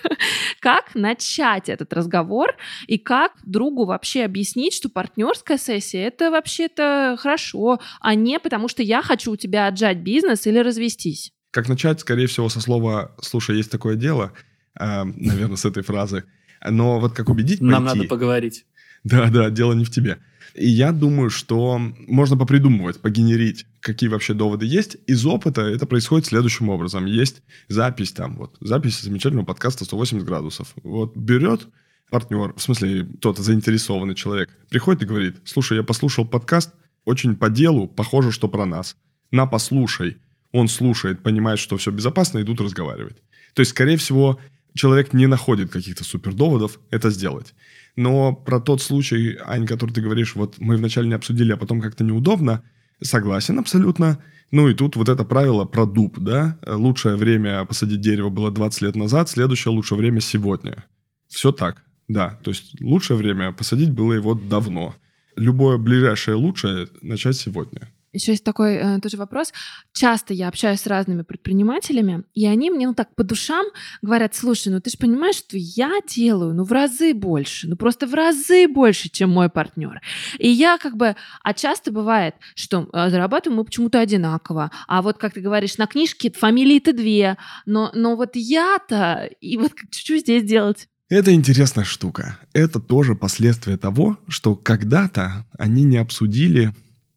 Как начать этот разговор и как другу вообще объяснить, что партнерская сессия — это вообще-то хорошо, а не потому что я хочу у тебя отжать бизнес или развестись? Как начать, скорее всего, со слова «слушай, есть такое дело», э, наверное, с этой фразы. Но вот как убедить пойти... Нам надо поговорить. Да-да, дело не в тебе. И я думаю, что можно попридумывать, погенерить, какие вообще доводы есть. Из опыта это происходит следующим образом. Есть запись там, вот, запись замечательного подкаста сто восемьдесят градусов. Вот берет партнер, в смысле, тот заинтересованный человек, приходит и говорит, слушай, я послушал подкаст, очень по делу, похоже, что про нас. На, послушай. Он слушает, понимает, что все безопасно, идут разговаривать. То есть, скорее всего, человек не находит каких-то супердоводов это сделать. Но про тот случай, Ань, который ты говоришь, вот мы вначале не обсудили, а потом как-то неудобно, согласен абсолютно. Ну и тут вот это правило про дуб, да? Лучшее время посадить дерево было двадцать лет назад, следующее лучшее время сегодня. Все так, да. То есть лучшее время посадить было его давно. Любое ближайшее лучшее начать сегодня. Еще есть такой э, тоже вопрос. Часто я общаюсь с разными предпринимателями, и они мне ну так по душам говорят, слушай, ну ты же понимаешь, что я делаю ну в разы больше, ну просто в разы больше, чем мой партнер. И я как бы, а часто бывает, что э, зарабатываем мы почему-то одинаково, а вот как ты говоришь, на книжке фамилии-то две, но, но вот я-то, и вот что здесь делать? Это интересная штука. Это тоже последствия того, что когда-то они не обсудили,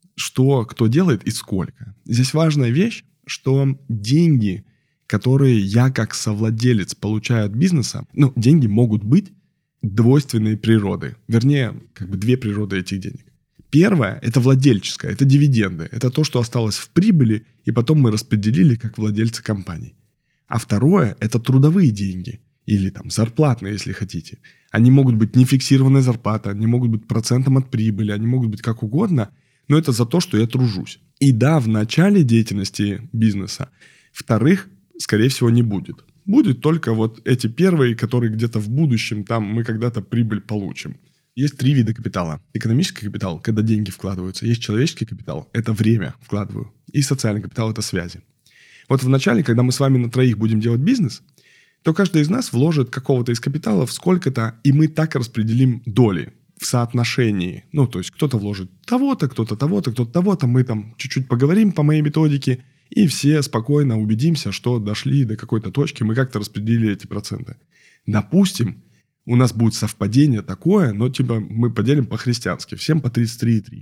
что кто делает и сколько. Здесь важная вещь, что деньги, которые я как совладелец получаю от бизнеса, ну, деньги могут быть двойственной природы. Вернее, как бы две природы этих денег. Первое – это владельческое, это дивиденды. Это то, что осталось в прибыли, и потом мы распределили как владельцы компаний. А второе – это трудовые деньги. Или там зарплатные, если хотите. Они могут быть не фиксированная зарплата, они могут быть процентом от прибыли, они могут быть как угодно, но это за то, что я тружусь. И да, в начале деятельности бизнеса вторых, скорее всего, не будет. Будет только вот эти первые, которые где-то в будущем, там мы когда-то прибыль получим. Есть три вида капитала. Экономический капитал, когда деньги вкладываются. Есть человеческий капитал, это время вкладываю. И социальный капитал, это связи. Вот в начале, когда мы с вами на троих будем делать бизнес, то каждый из нас вложит какого-то из капиталов сколько-то, и мы так распределим доли в соотношении. Ну, то есть кто-то вложит того-то, кто-то того-то, кто-то того-то. Мы там чуть-чуть поговорим по моей методике, и все спокойно убедимся, что дошли до какой-то точки, мы как-то распределили эти проценты. Допустим, у нас будет совпадение такое, но типа мы поделим по-христиански, всем по тридцать три и три.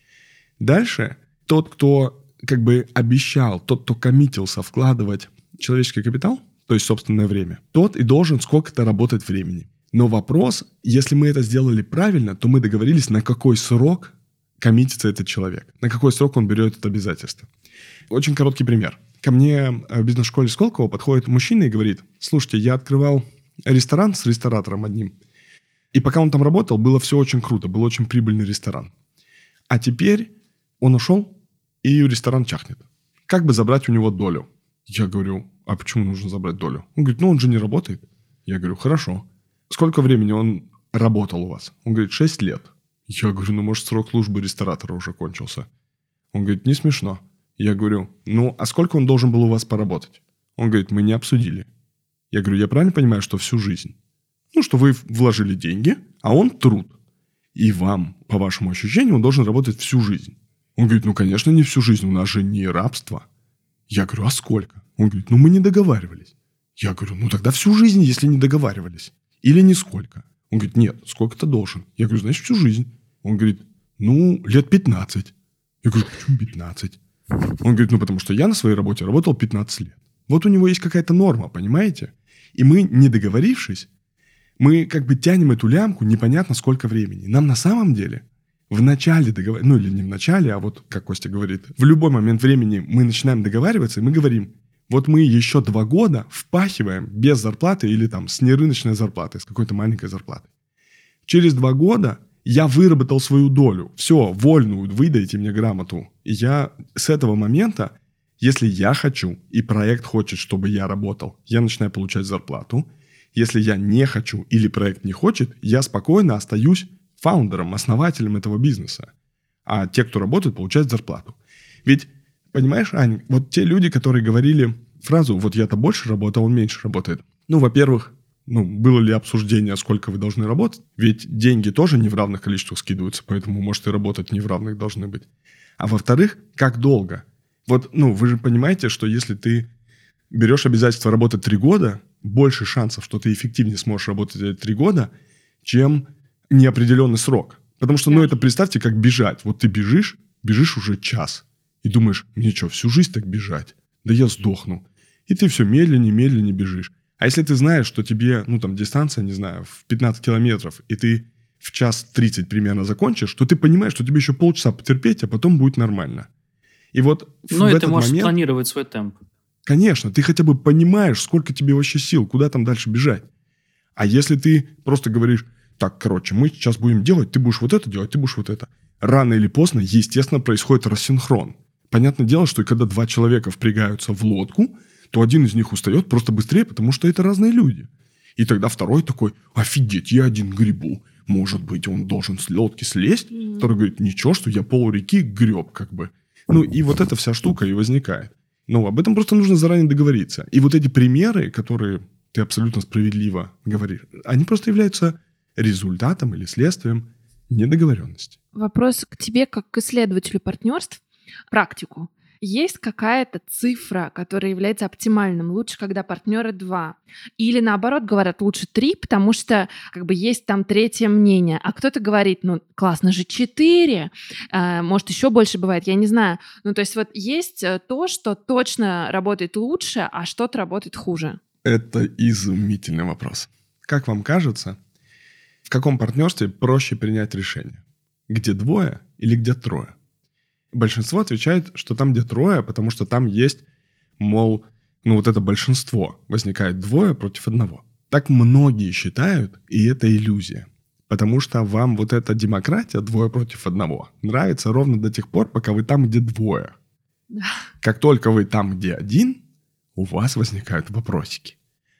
Дальше тот, кто как бы обещал, тот, кто коммитился вкладывать человеческий капитал, то есть собственное время, тот и должен сколько-то работать времени. Но вопрос, если мы это сделали правильно, то мы договорились, на какой срок коммитится этот человек, на какой срок он берет это обязательство. Очень короткий пример. Ко мне в бизнес-школе Сколково подходит мужчина и говорит, слушайте, я открывал ресторан с ресторатором одним, и пока он там работал, было все очень круто, был очень прибыльный ресторан. А теперь он ушел, и ресторан чахнет. Как бы забрать у него долю? Я говорю, а почему нужно забрать долю? Он говорит, ну он же не работает. Я говорю, хорошо. Сколько времени он работал у вас? Он говорит, шесть лет. Я говорю, ну, может, срок службы ресторатора уже кончился. Он говорит, не смешно. Я говорю, ну, а сколько он должен был у вас поработать? Он говорит, мы не обсудили. Я говорю, я правильно понимаю, что всю жизнь? Ну, что вы вложили деньги, а он труд. И вам, по вашему ощущению, он должен работать всю жизнь. Он говорит, ну, конечно, не всю жизнь, у нас же не рабство. Я говорю, а сколько? Он говорит, ну, мы не договаривались. Я говорю, ну, тогда всю жизнь, если не договаривались. Или нисколько. Он говорит, нет, сколько-то должен. Я говорю, значит, всю жизнь. Он говорит, ну, лет пятнадцать. Я говорю, почему пятнадцать? Он говорит, ну, потому что я на своей работе работал пятнадцать лет. Вот у него есть какая-то норма, понимаете? И мы, не договорившись, мы как бы тянем эту лямку непонятно сколько времени. Нам на самом деле в начале договариваться, ну, или не в начале, а вот, как Костя говорит, в любой момент времени мы начинаем договариваться, и мы говорим, Вот мы еще два года впахиваем без зарплаты или там с нерыночной зарплатой, с какой-то маленькой зарплатой. Через два года я выработал свою долю. Все, вольную, выдайте мне грамоту. И я с этого момента, если я хочу, и проект хочет, чтобы я работал, я начинаю получать зарплату. Если я не хочу или проект не хочет, я спокойно остаюсь фаундером, основателем этого бизнеса. А те, кто работает, получают зарплату. Ведь, понимаешь, Ань, вот те люди, которые говорили фразу «вот я-то больше работаю, а он меньше работает». Ну, во-первых, ну, было ли обсуждение, сколько вы должны работать? Ведь деньги тоже не в равных количествах скидываются, поэтому, может, и работать не в равных должны быть. А во-вторых, как долго? Вот, ну, вы же понимаете, что если ты берешь обязательство работать три года, больше шансов, что ты эффективнее сможешь работать эти три года, чем неопределенный срок. Потому что, ну, это представьте, как бежать. Вот ты бежишь, бежишь уже час. И думаешь, мне что, всю жизнь так бежать? Да я сдохну. И ты все медленнее, медленнее бежишь. А если ты знаешь, что тебе, ну, там, дистанция, не знаю, в пятнадцать километров, и ты в час тридцать примерно закончишь, то ты понимаешь, что тебе еще полчаса потерпеть, а потом будет нормально. И вот ну, в это этот можешь момент... планировать свой темп. Конечно, ты хотя бы понимаешь, сколько тебе вообще сил, куда там дальше бежать. А если ты просто говоришь, так, короче, мы сейчас будем делать, ты будешь вот это делать, ты будешь вот это. Рано или поздно, естественно, происходит рассинхрон. Понятное дело, что когда два человека впрягаются в лодку, то один из них устает просто быстрее, потому что это разные люди. И тогда второй такой, офигеть, я один гребу. Может быть, он должен с лодки слезть? Mm-hmm. Второй говорит, ничего, что я пол реки греб, как бы. Ну, и вот эта вся штука и возникает. Ну, об этом просто нужно заранее договориться. И вот эти примеры, которые ты абсолютно справедливо говоришь, они просто являются результатом или следствием недоговоренности. Вопрос к тебе, как к исследователю партнерств, практику. Есть какая-то цифра, которая является оптимальным? Лучше, когда партнеры два. Или наоборот, говорят, лучше три, потому что как бы есть там третье мнение. А кто-то говорит, ну, классно же четыре, а, может, еще больше бывает, я не знаю. Ну, то есть вот есть то, что точно работает лучше, а что-то работает хуже. Это изумительный вопрос. Как вам кажется, в каком партнерстве проще принять решение? Где двое или где трое? Большинство отвечает, что там, где трое, потому что там есть, мол, ну вот это большинство. Возникает двое против одного. Так многие считают, и это иллюзия. Потому что вам вот эта демократия двое против одного нравится ровно до тех пор, пока вы там, где двое. Да. Как только вы там, где один, у вас возникают вопросики.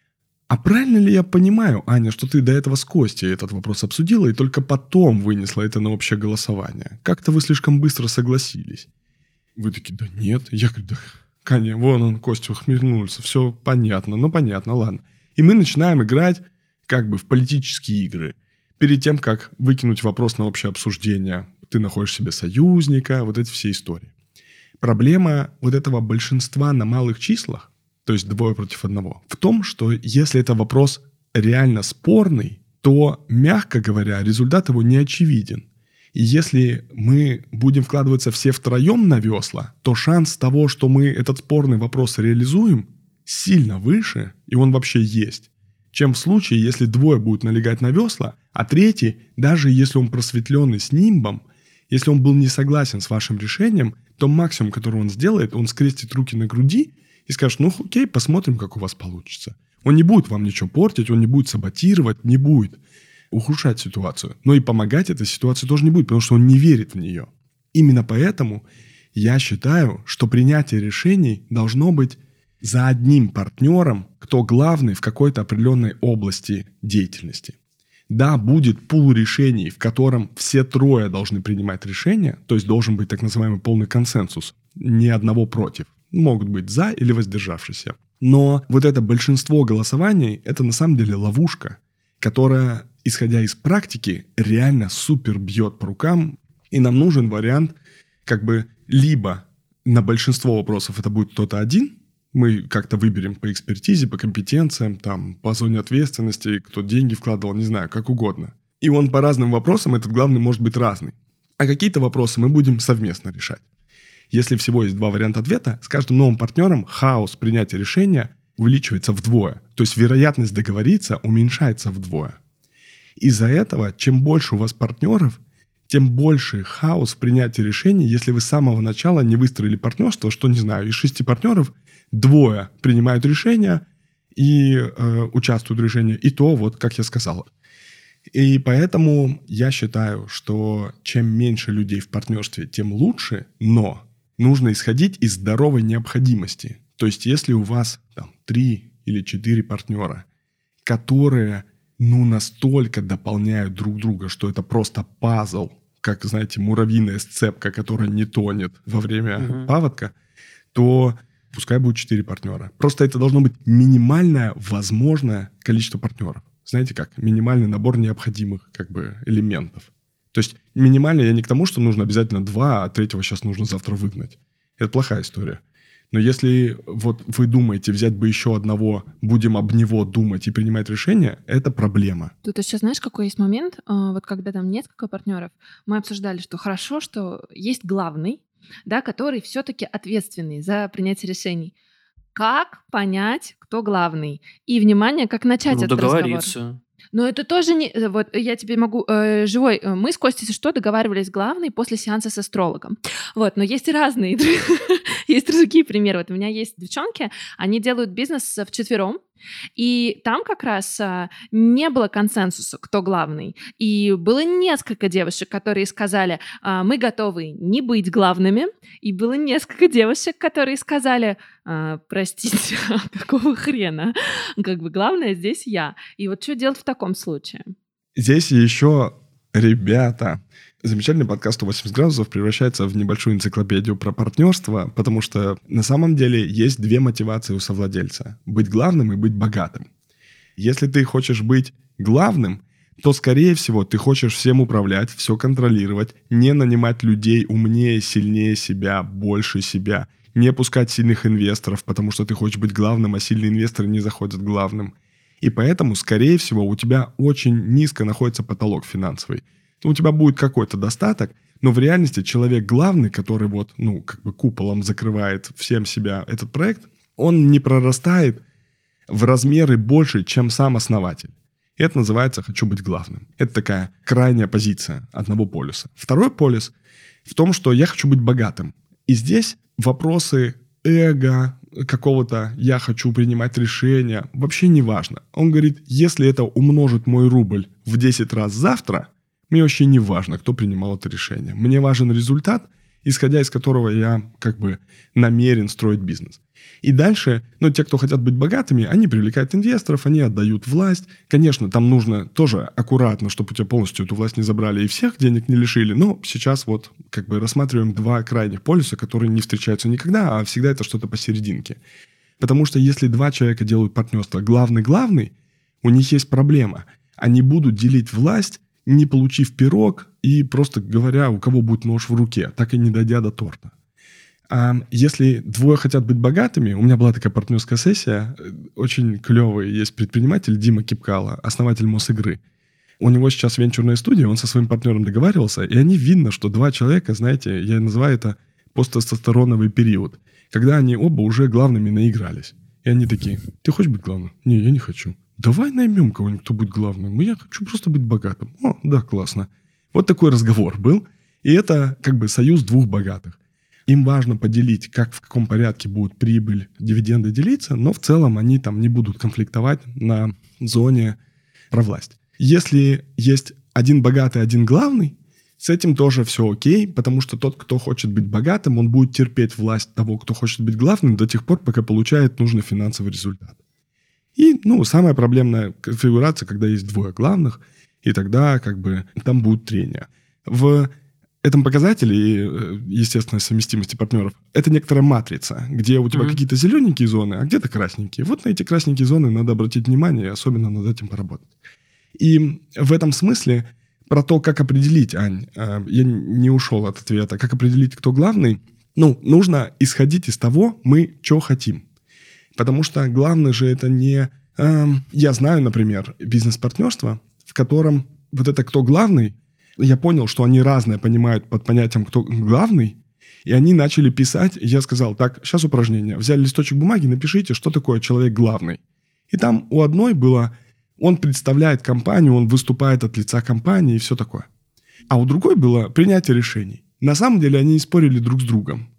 А правильно ли я понимаю, Аня, что ты до этого с Костей этот вопрос обсудила и только потом вынесла это на общее голосование? Как-то вы слишком быстро согласились. Вы такие, да нет. Я говорю, да, Аня, вон он, Костя ухмыльнулся, все понятно, ну понятно, ладно. И мы начинаем играть как бы в политические игры. Перед тем, как выкинуть вопрос на общее обсуждение, ты находишь себе союзника, вот эти все истории. Проблема вот этого большинства на малых числах, то есть двое против одного, в том, что если это вопрос реально спорный, то, мягко говоря, результат его не очевиден. И если мы будем вкладываться все втроем на весла, то шанс того, что мы этот спорный вопрос реализуем, сильно выше, и он вообще есть, чем в случае, если двое будут налегать на весла, а третий, даже если он просветленный с нимбом, если он был не согласен с вашим решением, то максимум, который он сделает, он скрестит руки на груди и скажет, ну окей, посмотрим, как у вас получится. Он не будет вам ничего портить, он не будет саботировать, не будет ухудшать ситуацию. Но и помогать этой ситуации тоже не будет, потому что он не верит в нее. Именно поэтому я считаю, что принятие решений должно быть за одним партнером, кто главный в какой-то определенной области деятельности. Да, будет пул решений, в котором все трое должны принимать решения, то есть должен быть так называемый полный консенсус, ни одного против. Могут быть за или воздержавшиеся. Но вот это большинство голосований – это на самом деле ловушка, которая, исходя из практики, реально супер бьет по рукам. И нам нужен вариант, как бы либо на большинство вопросов это будет кто-то один, мы как-то выберем по экспертизе, по компетенциям, там, по зоне ответственности, кто деньги вкладывал, не знаю, как угодно. И он по разным вопросам, этот главный может быть разный. А какие-то вопросы мы будем совместно решать. Если всего есть два варианта ответа, с каждым новым партнером хаос принятия решения увеличивается вдвое. То есть вероятность договориться уменьшается вдвое. Из-за этого, чем больше у вас партнеров, тем больше хаос в принятии решений, если вы с самого начала не выстроили партнерство, что, не знаю, из шести партнеров двое принимают решения и э, участвуют в решении, и то, вот как я сказал. И поэтому я считаю, что чем меньше людей в партнерстве, тем лучше, но нужно исходить из здоровой необходимости. То есть если у вас там три или четыре партнера, которые ну настолько дополняют друг друга, что это просто пазл, как, знаете, муравьиная сцепка, которая не тонет во время uh-huh. паводка, то пускай будет четыре партнера. Просто это должно быть минимальное возможное количество партнеров. Знаете как? Минимальный набор необходимых как бы элементов. То есть минимально я не к тому, что нужно обязательно два, а третьего сейчас нужно завтра выгнать. Это плохая история. Но если вот вы думаете взять бы еще одного, будем об него думать и принимать решения, это проблема. Тут еще знаешь, какой есть момент? Вот когда там несколько партнеров, мы обсуждали, что хорошо, что есть главный, да, который все-таки ответственный за принятие решений. Как понять, кто главный? И, внимание, как начать ну, этот договориться. разговор? Но это тоже не... Вот я тебе могу... Э, живой... Мы с Костей, что, договаривались главный после сеанса с астрологом. Вот, но есть и разные... Есть другие примеры. Вот у меня есть девчонки, они делают бизнес вчетвером, и там как раз а, не было консенсуса, кто главный. И было несколько девушек, которые сказали, а, мы готовы не быть главными. И было несколько девушек, которые сказали, а, простите, какого хрена? Как бы главное здесь я. И вот что делать в таком случае? Здесь еще, ребята... Замечательный подкаст сто восемьдесят градусов превращается в небольшую энциклопедию про партнерство, потому что на самом деле есть две мотивации у совладельца. Быть главным и быть богатым. Если ты хочешь быть главным, то, скорее всего, ты хочешь всем управлять, все контролировать, не нанимать людей умнее, сильнее себя, больше себя, не пускать сильных инвесторов, потому что ты хочешь быть главным, а сильные инвесторы не заходят главным. И поэтому, скорее всего, у тебя очень низко находится потолок финансовый. У тебя будет какой-то достаток, но в реальности человек главный, который вот, ну, как бы куполом закрывает всем себя этот проект, он не прорастает в размеры больше, чем сам основатель. Это называется «хочу быть главным». Это такая крайняя позиция одного полюса. Второй полюс в том, что я хочу быть богатым. И здесь вопросы эго, какого-то «я хочу принимать решения» вообще не важно. Он говорит, если это умножит мой рубль в десять раз завтра, мне вообще не важно, кто принимал это решение. Мне важен результат, исходя из которого я как бы намерен строить бизнес. И дальше, ну, те, кто хотят быть богатыми, они привлекают инвесторов, они отдают власть. Конечно, там нужно тоже аккуратно, чтобы у тебя полностью эту власть не забрали и всех денег не лишили. Но сейчас вот как бы рассматриваем два крайних полюса, которые не встречаются никогда, а всегда это что-то посерединке. Потому что если два человека делают партнерство главный-главный, у них есть проблема. Они будут делить власть, не получив пирог и просто говоря, у кого будет нож в руке, так и не дойдя до торта. А если двое хотят быть богатыми, у меня была такая партнерская сессия, очень клевый есть предприниматель Дима Кипкало, основатель Мосигры. У него сейчас венчурная студия, он со своим партнером договаривался, и они видно, что два человека, знаете, я называю это посттестостероновый период, когда они оба уже главными наигрались. И они такие, ты хочешь быть главным? Не, я не хочу. Давай наймем кого-нибудь, кто будет главным. Я хочу просто быть богатым. О, да, классно. Вот такой разговор был. И это как бы союз двух богатых. Им важно поделить, как в каком порядке будут прибыль, дивиденды делиться, но в целом они там не будут конфликтовать на зоне про власть. Если есть один богатый, один главный, с этим тоже все окей, потому что тот, кто хочет быть богатым, он будет терпеть власть того, кто хочет быть главным, до тех пор, пока получает нужный финансовый результат. И, ну, самая проблемная конфигурация, когда есть двое главных, и тогда, как бы, там будут трения. В этом показателе и, естественно, совместимости партнеров это некоторая матрица, где у тебя mm-hmm. какие-то зелененькие зоны, а где-то красненькие. Вот на эти красненькие зоны надо обратить внимание и особенно над этим поработать. И в этом смысле про то, как определить, Ань, я не ушел от ответа, как определить, кто главный, ну, нужно исходить из того, мы что хотим. Потому что главное же это не... Э, я знаю, например, бизнес-партнерство, в котором вот это кто главный, я понял, что они разное понимают под понятием кто главный, и они начали писать, и я сказал, так, сейчас упражнение. Взяли листочек бумаги, напишите, что такое человек главный. И там у одной было, он представляет компанию, он выступает от лица компании и все такое. А у другой было принятие решений. На самом деле они спорили друг с другом.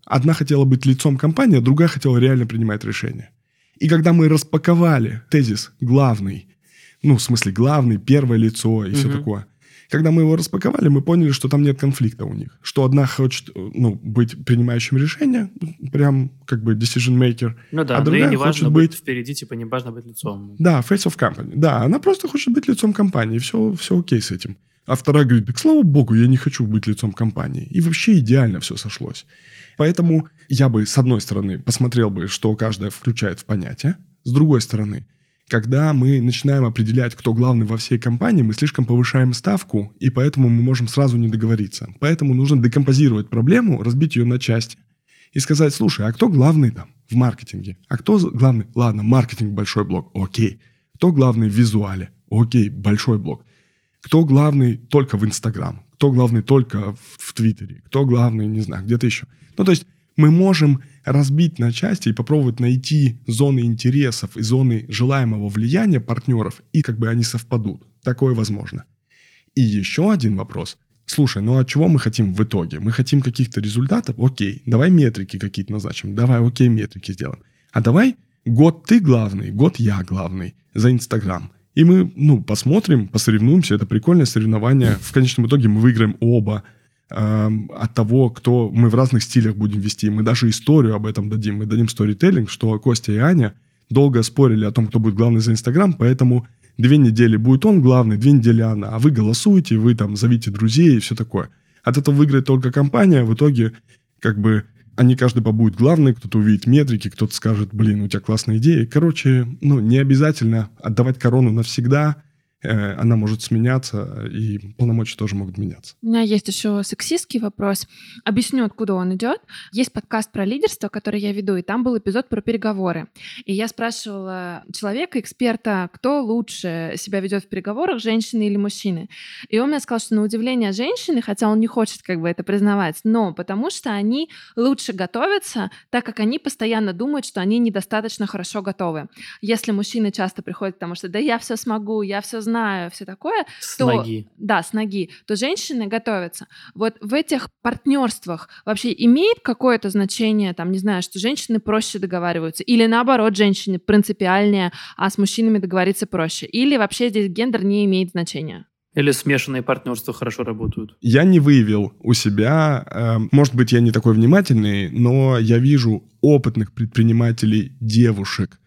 Одна хотела быть лицом компании, а другая хотела реально принимать решения. И когда мы распаковали тезис главный, ну, в смысле, главный, первое лицо и mm-hmm. все такое, когда мы его распаковали, мы поняли, что там нет конфликта у них. Что одна хочет, ну, быть принимающим решения, прям как бы decision maker, ну да, а другая не хочет важно быть... быть впереди, типа не важно быть лицом. Да, face of company. Да, она просто хочет быть лицом компании, все, все окей с этим. А вторая говорит, так слава богу, я не хочу быть лицом компании. И вообще идеально все сошлось. Поэтому я бы, с одной стороны, посмотрел бы, что каждая включает в понятие. С другой стороны, когда мы начинаем определять, кто главный во всей компании, мы слишком повышаем ставку, и поэтому мы можем сразу не договориться. Поэтому нужно декомпозировать проблему, разбить ее на части и сказать, слушай, а кто главный там в маркетинге? А кто главный? Ладно, маркетинг большой блок, окей. Кто главный в визуале? Окей, большой блок. Кто главный только в Инстаграм? Кто главный только в, в Твиттере? Кто главный, не знаю, где-то еще? Ну, то есть мы можем разбить на части и попробовать найти зоны интересов и зоны желаемого влияния партнеров, и как бы они совпадут. Такое возможно. И еще один вопрос. Слушай, ну а чего мы хотим в итоге? Мы хотим каких-то результатов? Окей, давай метрики какие-то назначим. Давай, окей, метрики сделаем. А давай год ты главный, год я главный за Инстаграм. И мы, ну, посмотрим, посоревнуемся. Это прикольное соревнование. В конечном итоге мы выиграем оба. От того, кто мы в разных стилях будем вести. Мы даже историю об этом дадим. Мы дадим сторителлинг, что Костя и Аня долго спорили о том, кто будет главный за Инстаграм, поэтому две недели будет он главный, две недели она. А вы голосуете, вы там зовите друзей и все такое. От этого выиграет только компания. В итоге как бы они каждый побудет главный, кто-то увидит метрики, кто-то скажет, блин, у тебя классная идея. Короче, ну, не обязательно отдавать корону навсегда. Она может сменяться, и полномочия тоже могут меняться. У меня есть еще сексистский вопрос. Объясню, откуда он идет. Есть подкаст про лидерство, который я веду, и там был эпизод про переговоры. И я спрашивала человека, эксперта, кто лучше себя ведет в переговорах, женщины или мужчины. И он мне сказал, что на удивление женщины, хотя он не хочет как бы это признавать, но потому что они лучше готовятся, так как они постоянно думают, что они недостаточно хорошо готовы. Если мужчины часто приходят к тому, что да я все смогу, я все знаю, знаю, все такое, с то, ноги. Да, с ноги, то женщины готовятся. Вот в этих партнерствах вообще имеет какое-то значение, там, не знаю, что женщины проще договариваются, или наоборот, женщины принципиальнее, а с мужчинами договориться проще, или вообще здесь гендер не имеет значения? Или смешанные партнерства хорошо работают? Я не выявил у себя, э, может быть, я не такой внимательный, но я вижу опытных предпринимателей девушек,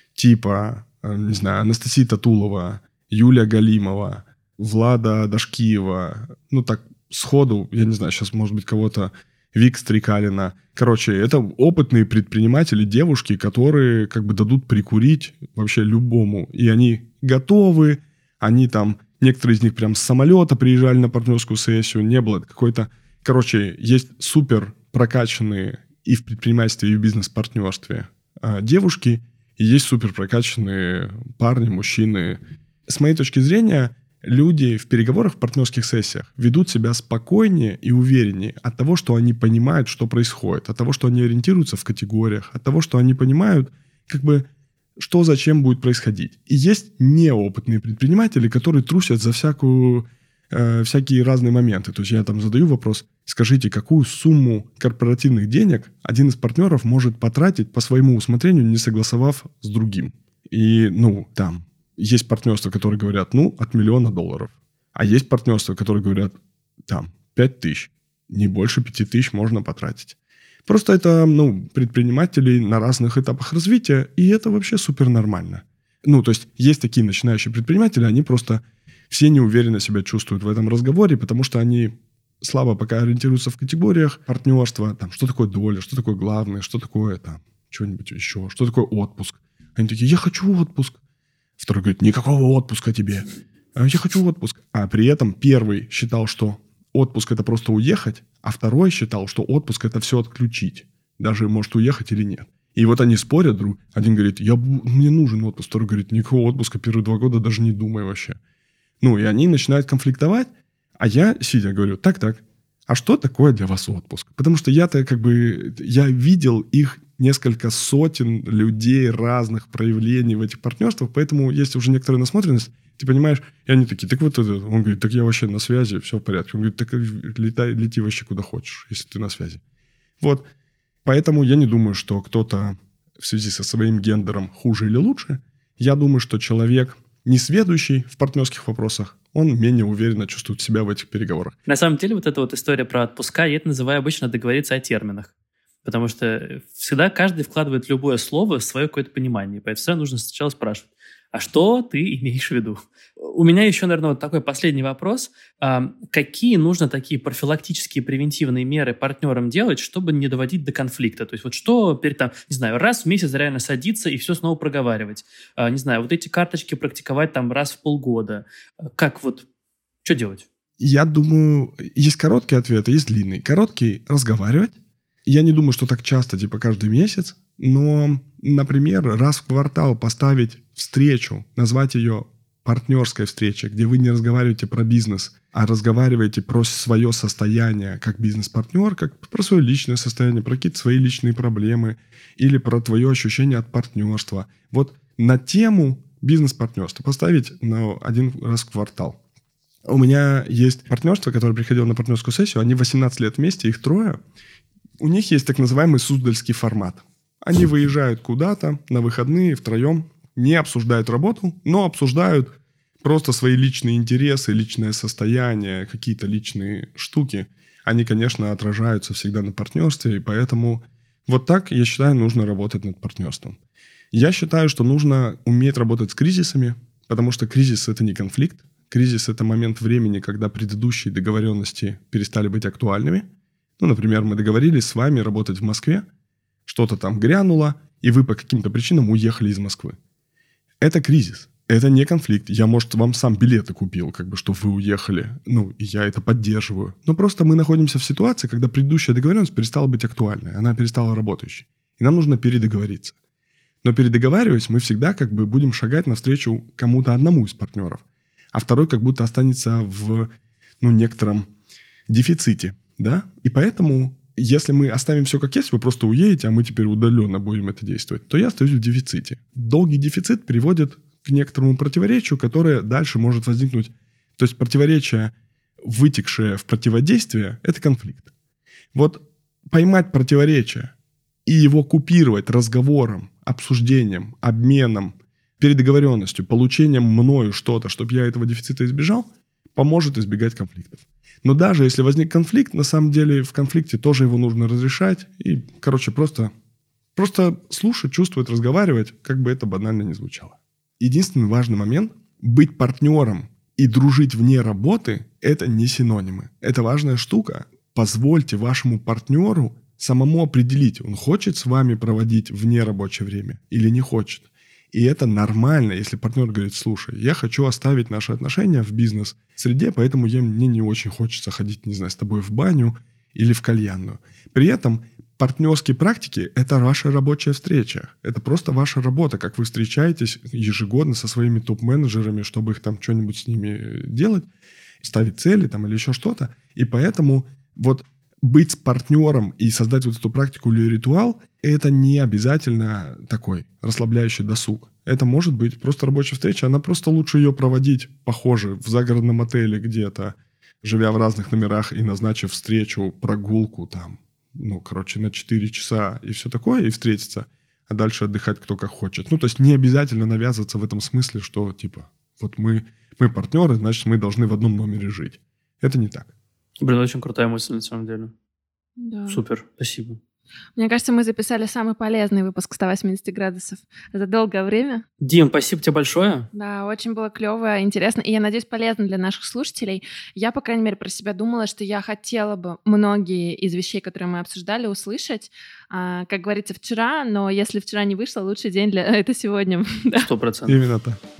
типа, э, не знаю, Анастасии Татулова, Юлия Галимова, Влада Дашкиева, ну так сходу, я не знаю, сейчас может быть кого-то, Вик Стрекалина. Короче, это опытные предприниматели, девушки, которые как бы дадут прикурить вообще любому. И они готовы, они там, некоторые из них прям с самолета приезжали на партнерскую сессию, не было какой-то... Короче, есть супер прокачанные и в предпринимательстве, и в бизнес-партнерстве девушки, и есть супер прокачанные парни, мужчины. С моей точки зрения, люди в переговорах, в партнерских сессиях ведут себя спокойнее и увереннее от того, что они понимают, что происходит, от того, что они ориентируются в категориях, от того, что они понимают, как бы, что зачем будет происходить. И есть неопытные предприниматели, которые трусят за всякую, э, всякие разные моменты. То есть я там задаю вопрос, скажите, какую сумму корпоративных денег один из партнеров может потратить по своему усмотрению, не согласовав с другим. И, ну, там... Есть партнерства, которые говорят, ну, от миллиона долларов. А есть партнерства, которые говорят, там, пять тысяч. Не больше пяти тысяч можно потратить. Просто это, ну, предприниматели на разных этапах развития, и это вообще супер нормально. Ну, то есть, есть такие начинающие предприниматели, они просто все неуверенно себя чувствуют в этом разговоре, потому что они слабо пока ориентируются в категориях партнерства, там, что такое доля, что такое главное, что такое, там, что-нибудь еще, что такое отпуск. Они такие, я хочу отпуск. Второй говорит, никакого отпуска тебе. Я хочу отпуск. А при этом первый считал, что отпуск – это просто уехать, а второй считал, что отпуск – это все отключить. Даже может уехать или нет. И вот они спорят друг. Один говорит, я, мне нужен отпуск. Второй говорит, никакого отпуска первые два года даже не думай вообще. Ну, и они начинают конфликтовать. А я, сидя, говорю, так-так, а что такое для вас отпуск? Потому что я-то как бы, я видел их несколько сотен людей разных проявлений в этих партнерствах, поэтому есть уже некоторая насмотренность, ты понимаешь, и они такие, так вот это, он говорит, так я вообще на связи, все в порядке. Он говорит, так летай, лети вообще куда хочешь, если ты на связи. Вот. Поэтому я не думаю, что кто-то в связи со своим гендером хуже или лучше. Я думаю, что человек, несведущий в партнерских вопросах, он менее уверенно чувствует себя в этих переговорах. На самом деле вот эта вот история про отпуска, я это называю обычно договориться о терминах. Потому что всегда каждый вкладывает любое слово в свое какое-то понимание. Поэтому всегда нужно сначала спрашивать, а что ты имеешь в виду? У меня еще, наверное, вот такой последний вопрос. А, какие нужно такие профилактические превентивные меры партнерам делать, чтобы не доводить до конфликта? То есть вот что перед там, не знаю, раз в месяц реально садиться и все снова проговаривать? А, не знаю, вот эти карточки практиковать там раз в полгода. Как вот, что делать? Я думаю, есть короткий ответ, а есть длинный. Короткий – разговаривать. Я не думаю, что так часто, типа каждый месяц, но, например, раз в квартал поставить встречу, назвать ее партнерской встречей, где вы не разговариваете про бизнес, а разговариваете про свое состояние как бизнес-партнер, как про свое личное состояние, про какие-то свои личные проблемы или про твое ощущение от партнерства. Вот на тему бизнес-партнерства поставить на один раз в квартал. У меня есть партнерство, которое приходило на партнерскую сессию, они восемнадцать лет вместе, их трое. У них есть так называемый суздальский формат. Они выезжают куда-то на выходные втроем, не обсуждают работу, но обсуждают просто свои личные интересы, личное состояние, какие-то личные штуки. Они, конечно, отражаются всегда на партнерстве, и поэтому вот так, я считаю, нужно работать над партнерством. Я считаю, что нужно уметь работать с кризисами, потому что кризис – это не конфликт. Кризис – это момент времени, когда предыдущие договоренности перестали быть актуальными. Ну, например, мы договорились с вами работать в Москве, что-то там грянуло, и вы по каким-то причинам уехали из Москвы. Это кризис, это не конфликт. Я, может, вам сам билеты купил, как бы, что вы уехали. Ну, и я это поддерживаю. Но просто мы находимся в ситуации, когда предыдущая договоренность перестала быть актуальной, она перестала работающей. И нам нужно передоговориться. Но передоговариваясь, мы всегда как бы будем шагать навстречу кому-то одному из партнеров, а второй как будто останется в, ну, некотором дефиците. Да? И поэтому, если мы оставим все как есть, вы просто уедете, а мы теперь удаленно будем это действовать, то я остаюсь в дефиците. Долгий дефицит приводит к некоторому противоречию, которое дальше может возникнуть. То есть противоречие, вытекшее в противодействие, это конфликт. Вот поймать противоречие и его купировать разговором, обсуждением, обменом, передоговоренностью, получением мною что-то, чтобы я этого дефицита избежал, поможет избегать конфликтов. Но даже если возник конфликт, на самом деле в конфликте тоже его нужно разрешать. И, короче, просто, просто слушать, чувствовать, разговаривать, как бы это банально ни звучало. Единственный важный момент – быть партнером и дружить вне работы – это не синонимы. Это важная штука. Позвольте вашему партнеру самому определить, он хочет с вами проводить вне рабочее время или не хочет. И это нормально, если партнер говорит, слушай, я хочу оставить наши отношения в бизнес-среде, поэтому я, мне не очень хочется ходить, не знаю, с тобой в баню или в кальянную. При этом партнерские практики – это ваша рабочая встреча. Это просто ваша работа, как вы встречаетесь ежегодно со своими топ-менеджерами, чтобы их там что-нибудь с ними делать, ставить цели там или еще что-то. И поэтому вот быть с партнером и создать вот эту практику или ритуал – это не обязательно такой расслабляющий досуг. Это может быть просто рабочая встреча, она просто лучше ее проводить, похоже, в загородном отеле где-то, живя в разных номерах и назначив встречу, прогулку там, ну, короче, на четыре часа и все такое, и встретиться, а дальше отдыхать кто как хочет. Ну, то есть не обязательно навязываться в этом смысле, что типа вот мы, мы партнеры, значит, мы должны в одном номере жить. Это не так. Блин, очень крутая мысль, на самом деле. Да. Супер, спасибо. Мне кажется, мы записали самый полезный выпуск ста восьмидесяти градусов за долгое время. Дим, спасибо тебе большое. Да, очень было клево, интересно, и я надеюсь, полезно для наших слушателей. Я, по крайней мере, про себя думала, что я хотела бы многие из вещей, которые мы обсуждали, услышать. А, как говорится, вчера, но если вчера не вышло, лучший день для это сегодня. Сто процентов. Именно так.